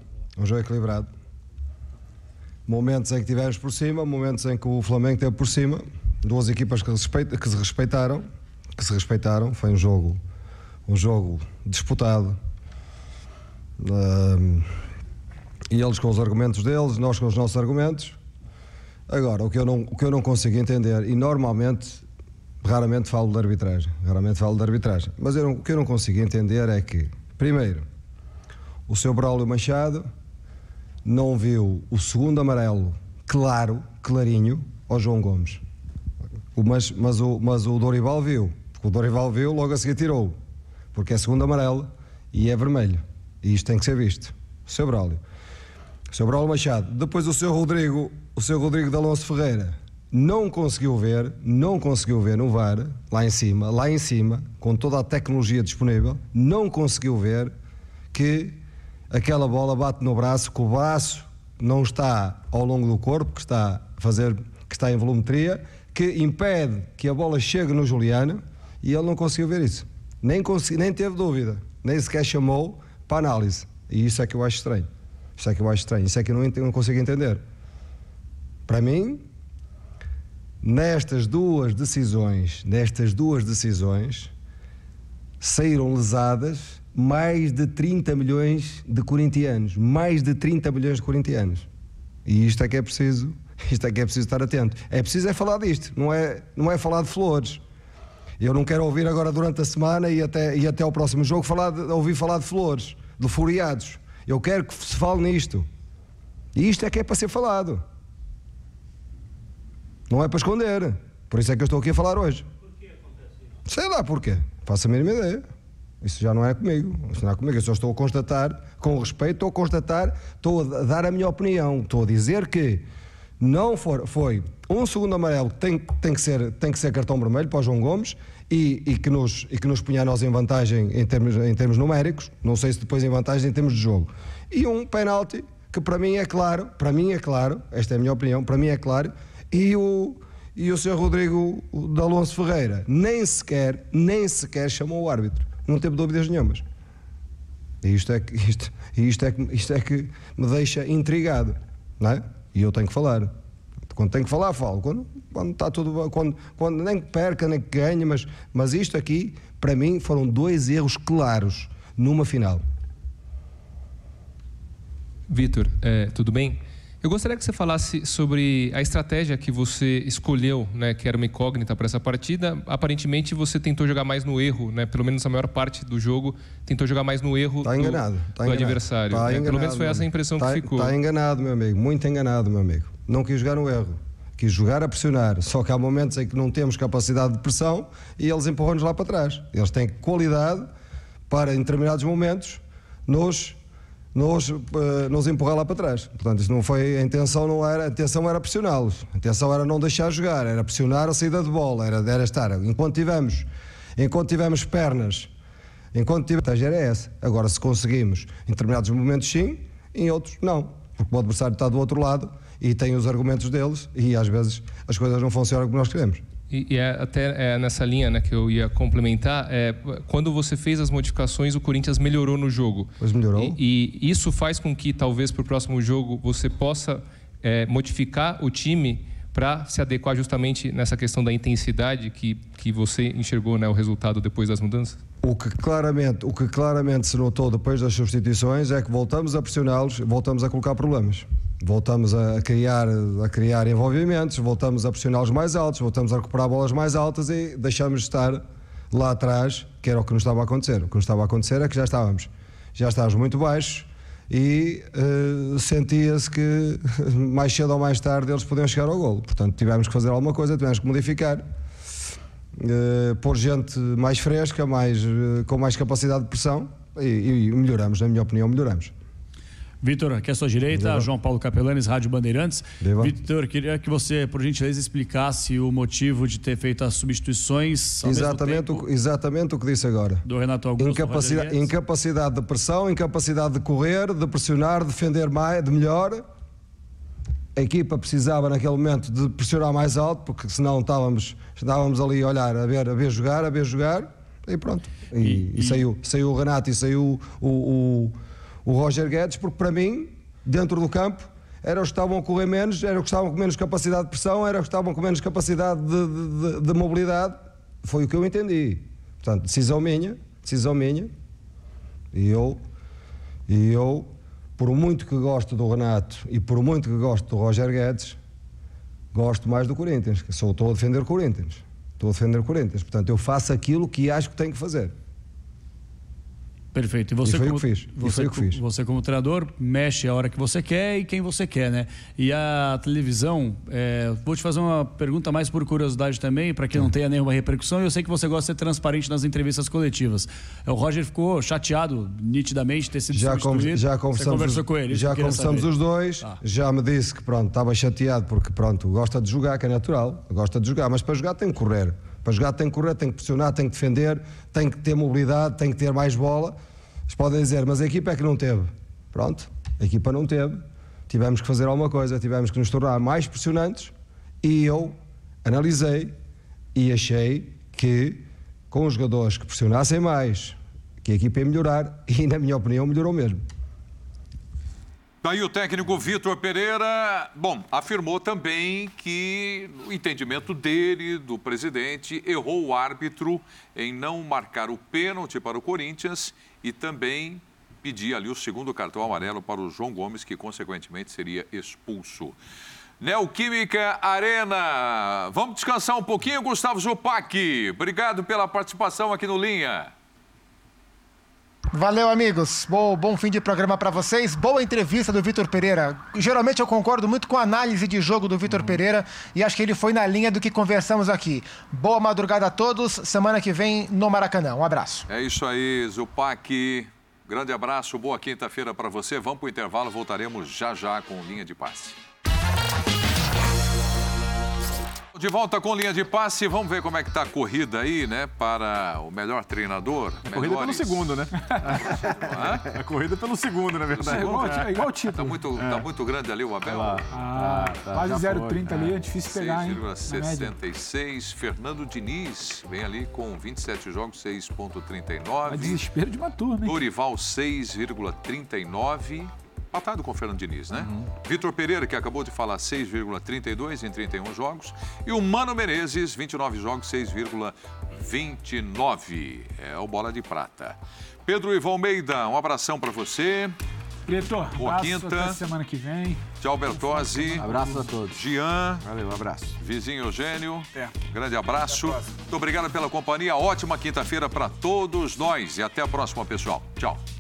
Momentos em que tivemos por cima, momentos em que o Flamengo esteve por cima. Duas equipas que se respeitaram. Foi um jogo disputado. E eles com os argumentos deles, nós com os nossos argumentos. Agora, o que eu não consigo entender, e raramente falo de arbitragem, mas o que eu não consigo entender é que, primeiro, o seu Braulio Machado não viu o segundo amarelo clarinho, ao João Gomes. Mas o Dorival viu. O Dorival viu, logo a seguir tirou. Porque é segundo amarelo e é vermelho. E isto tem que ser visto. O Sr. Braulio Machado. Depois o Sr. Rodrigo de Alonso Ferreira não conseguiu ver no VAR, lá em cima, com toda a tecnologia disponível, não conseguiu ver que aquela bola bate no braço, que o braço não está ao longo do corpo, que está em volumetria, que impede que a bola chegue no Juliano, e ele não conseguiu ver isso. Nem teve dúvida, nem sequer chamou para análise. E isso é que eu acho estranho. Isso é que eu não consigo entender. Para mim, nestas duas decisões, saíram lesadas mais de 30 milhões de corintianos. E isto é que é preciso estar atento. É preciso falar disto, não é falar de flores. Eu não quero ouvir agora durante a semana e até ao próximo jogo ouvir falar de flores, de floreados. Eu quero que se fale nisto. E isto é que é para ser falado. Não é para esconder. Por isso é que eu estou aqui a falar hoje. Porquê acontece isso? Sei lá porquê. Faço a mínima ideia. Isso já não é comigo. Eu só estou a constatar, com respeito, estou a dar a minha opinião. Estou a dizer que não foi um segundo amarelo que tem que ser cartão vermelho para o João Gomes e que nos punha a nós em vantagem em termos numéricos, não sei se depois em vantagem em termos de jogo. E um penalti que para mim é claro, esta é a minha opinião, para mim é claro, e o Sr. Rodrigo de Alonso Ferreira nem sequer chamou o árbitro, não teve dúvidas nenhumas. E isto é que me deixa intrigado, não é? E eu tenho que falar. Quando tenho que falar, falo. Quando está tudo, quando nem que perca, nem que ganhe, mas isto aqui, para mim, foram 2 erros claros numa final. Vitor, tudo bem? Eu gostaria que você falasse sobre a estratégia que você escolheu, né, que era uma incógnita para essa partida. Aparentemente, você tentou jogar mais no erro, né? Pelo menos a maior parte do jogo, tentou jogar mais no erro do adversário. Pelo menos foi essa a impressão que ficou. Está enganado, meu amigo. Muito enganado, meu amigo. Não quis jogar no erro. Quis jogar a pressionar. Só que há momentos em que não temos capacidade de pressão e eles empurram-nos lá para trás. Eles têm qualidade para, em determinados momentos, nos empurrar lá para trás. Portanto, isso não foi a intenção, a intenção era pressioná-los, a intenção era não deixar jogar, era pressionar a saída de bola, era estar, enquanto tivemos pernas, a estratégia era essa. Agora, se conseguimos em determinados momentos sim, em outros não, porque o adversário está do outro lado e tem os argumentos deles e às vezes as coisas não funcionam como nós queremos. E até nessa linha, né, que eu ia complementar, quando você fez as modificações, o Corinthians melhorou no jogo. Pois melhorou. E isso faz com que, talvez, para o próximo jogo, você possa modificar o time para se adequar justamente nessa questão da intensidade que você enxergou, né, o resultado depois das mudanças? O que claramente se notou depois das substituições é que voltamos a pressioná-los, voltamos a colocar problemas. Voltamos a criar envolvimentos, voltamos a pressioná-los mais altos, voltamos a recuperar bolas mais altas e deixamos de estar lá atrás, que era o que nos estava a acontecer. O que nos estava a acontecer é que já estávamos muito baixos e sentia-se que mais cedo ou mais tarde eles podiam chegar ao golo. Portanto, tivemos que fazer alguma coisa, tivemos que modificar, pôr gente mais fresca, com mais capacidade de pressão e melhoramos, na minha opinião, melhoramos. Vitor, aqui à sua direita, João Paulo Capelanes, Rádio Bandeirantes. Vitor, queria que você, por gentileza, explicasse o motivo de ter feito as substituições. Exatamente o que disse agora. Do Renato Augusto. Incapacidade de pressão, incapacidade de correr, de pressionar, de defender mais, de melhor. A equipa precisava naquele momento de pressionar mais alto, porque senão estávamos ali a olhar, a ver jogar e pronto. E saiu o Renato e saiu o Roger Guedes, porque para mim, dentro do campo, eram os que estavam a correr menos, eram os que estavam com menos capacidade de pressão, eram os que estavam com menos capacidade de mobilidade. Foi o que eu entendi. Portanto, decisão minha. E eu, por muito que gosto do Renato e por muito que gosto do Roger Guedes, gosto mais do Corinthians. Estou a defender o Corinthians. Portanto, eu faço aquilo que acho que tenho que fazer. Perfeito. E foi o que fiz. Você, como treinador, mexe a hora que você quer e quem você quer, né? E a televisão, vou te fazer uma pergunta mais por curiosidade também, para que não tenha nenhuma repercussão. Eu sei que você gosta de ser transparente nas entrevistas coletivas. O Roger ficou chateado, nitidamente, de ter sido substituído. Você conversou com ele? Já conversamos os dois. Já me disse que, estava chateado porque, gosta de jogar, que é natural. Gosta de jogar, mas para jogar tem que correr. Para jogar tem que correr, tem que pressionar, tem que defender, tem que ter mobilidade, tem que ter mais bola. Vocês podem dizer, mas a equipa é que não teve. Pronto, a equipa não teve. Tivemos que fazer alguma coisa, tivemos que nos tornar mais pressionantes e eu analisei e achei que com os jogadores que pressionassem mais, que a equipa ia melhorar e, na minha opinião, melhorou mesmo. Daí o técnico Vitor Pereira, afirmou também que, no entendimento dele, do presidente, errou o árbitro em não marcar o pênalti para o Corinthians e também pedir ali o segundo cartão amarelo para o João Gomes, que consequentemente seria expulso. Neoquímica Arena. Vamos descansar um pouquinho, Gustavo Zupac. Obrigado pela participação aqui no Linha. Valeu, amigos. Bom fim de programa para vocês. Boa entrevista do Vitor Pereira. Geralmente eu concordo muito com a análise de jogo do Vitor Pereira e acho que ele foi na linha do que conversamos aqui. Boa madrugada a todos. Semana que vem no Maracanã. Um abraço. É isso aí, Zupac. Grande abraço, boa quinta-feira para você. Vamos para o intervalo, voltaremos já com Linha de Passe. De volta com Linha de Passe, vamos ver como é que tá a corrida aí, né, para o melhor treinador. A corrida pelo segundo, né? A corrida pelo segundo, na verdade. É igual o título. Tá muito grande ali o Abel. Quase 0,30 ali, é difícil pegar, hein? 6,66. Fernando Diniz vem ali com 27 jogos, 6,39. É desespero de uma turma, hein? Dorival, 6,39. Empatado com o Fernando Diniz, né? Vitor Pereira, que acabou de falar, 6,32 em 31 jogos. E o Mano Menezes, 29 jogos, 6,29. É o bola de prata. Pedro Ivo Almeida, um abração para você. Prieto, boa quinta. Até semana que vem. Tchau, Bertozzi. Abraço a todos. Jean. Valeu, um abraço. Vizinho Eugênio. Grande abraço. Muito obrigado pela companhia. Ótima quinta-feira para todos nós. E até a próxima, pessoal. Tchau.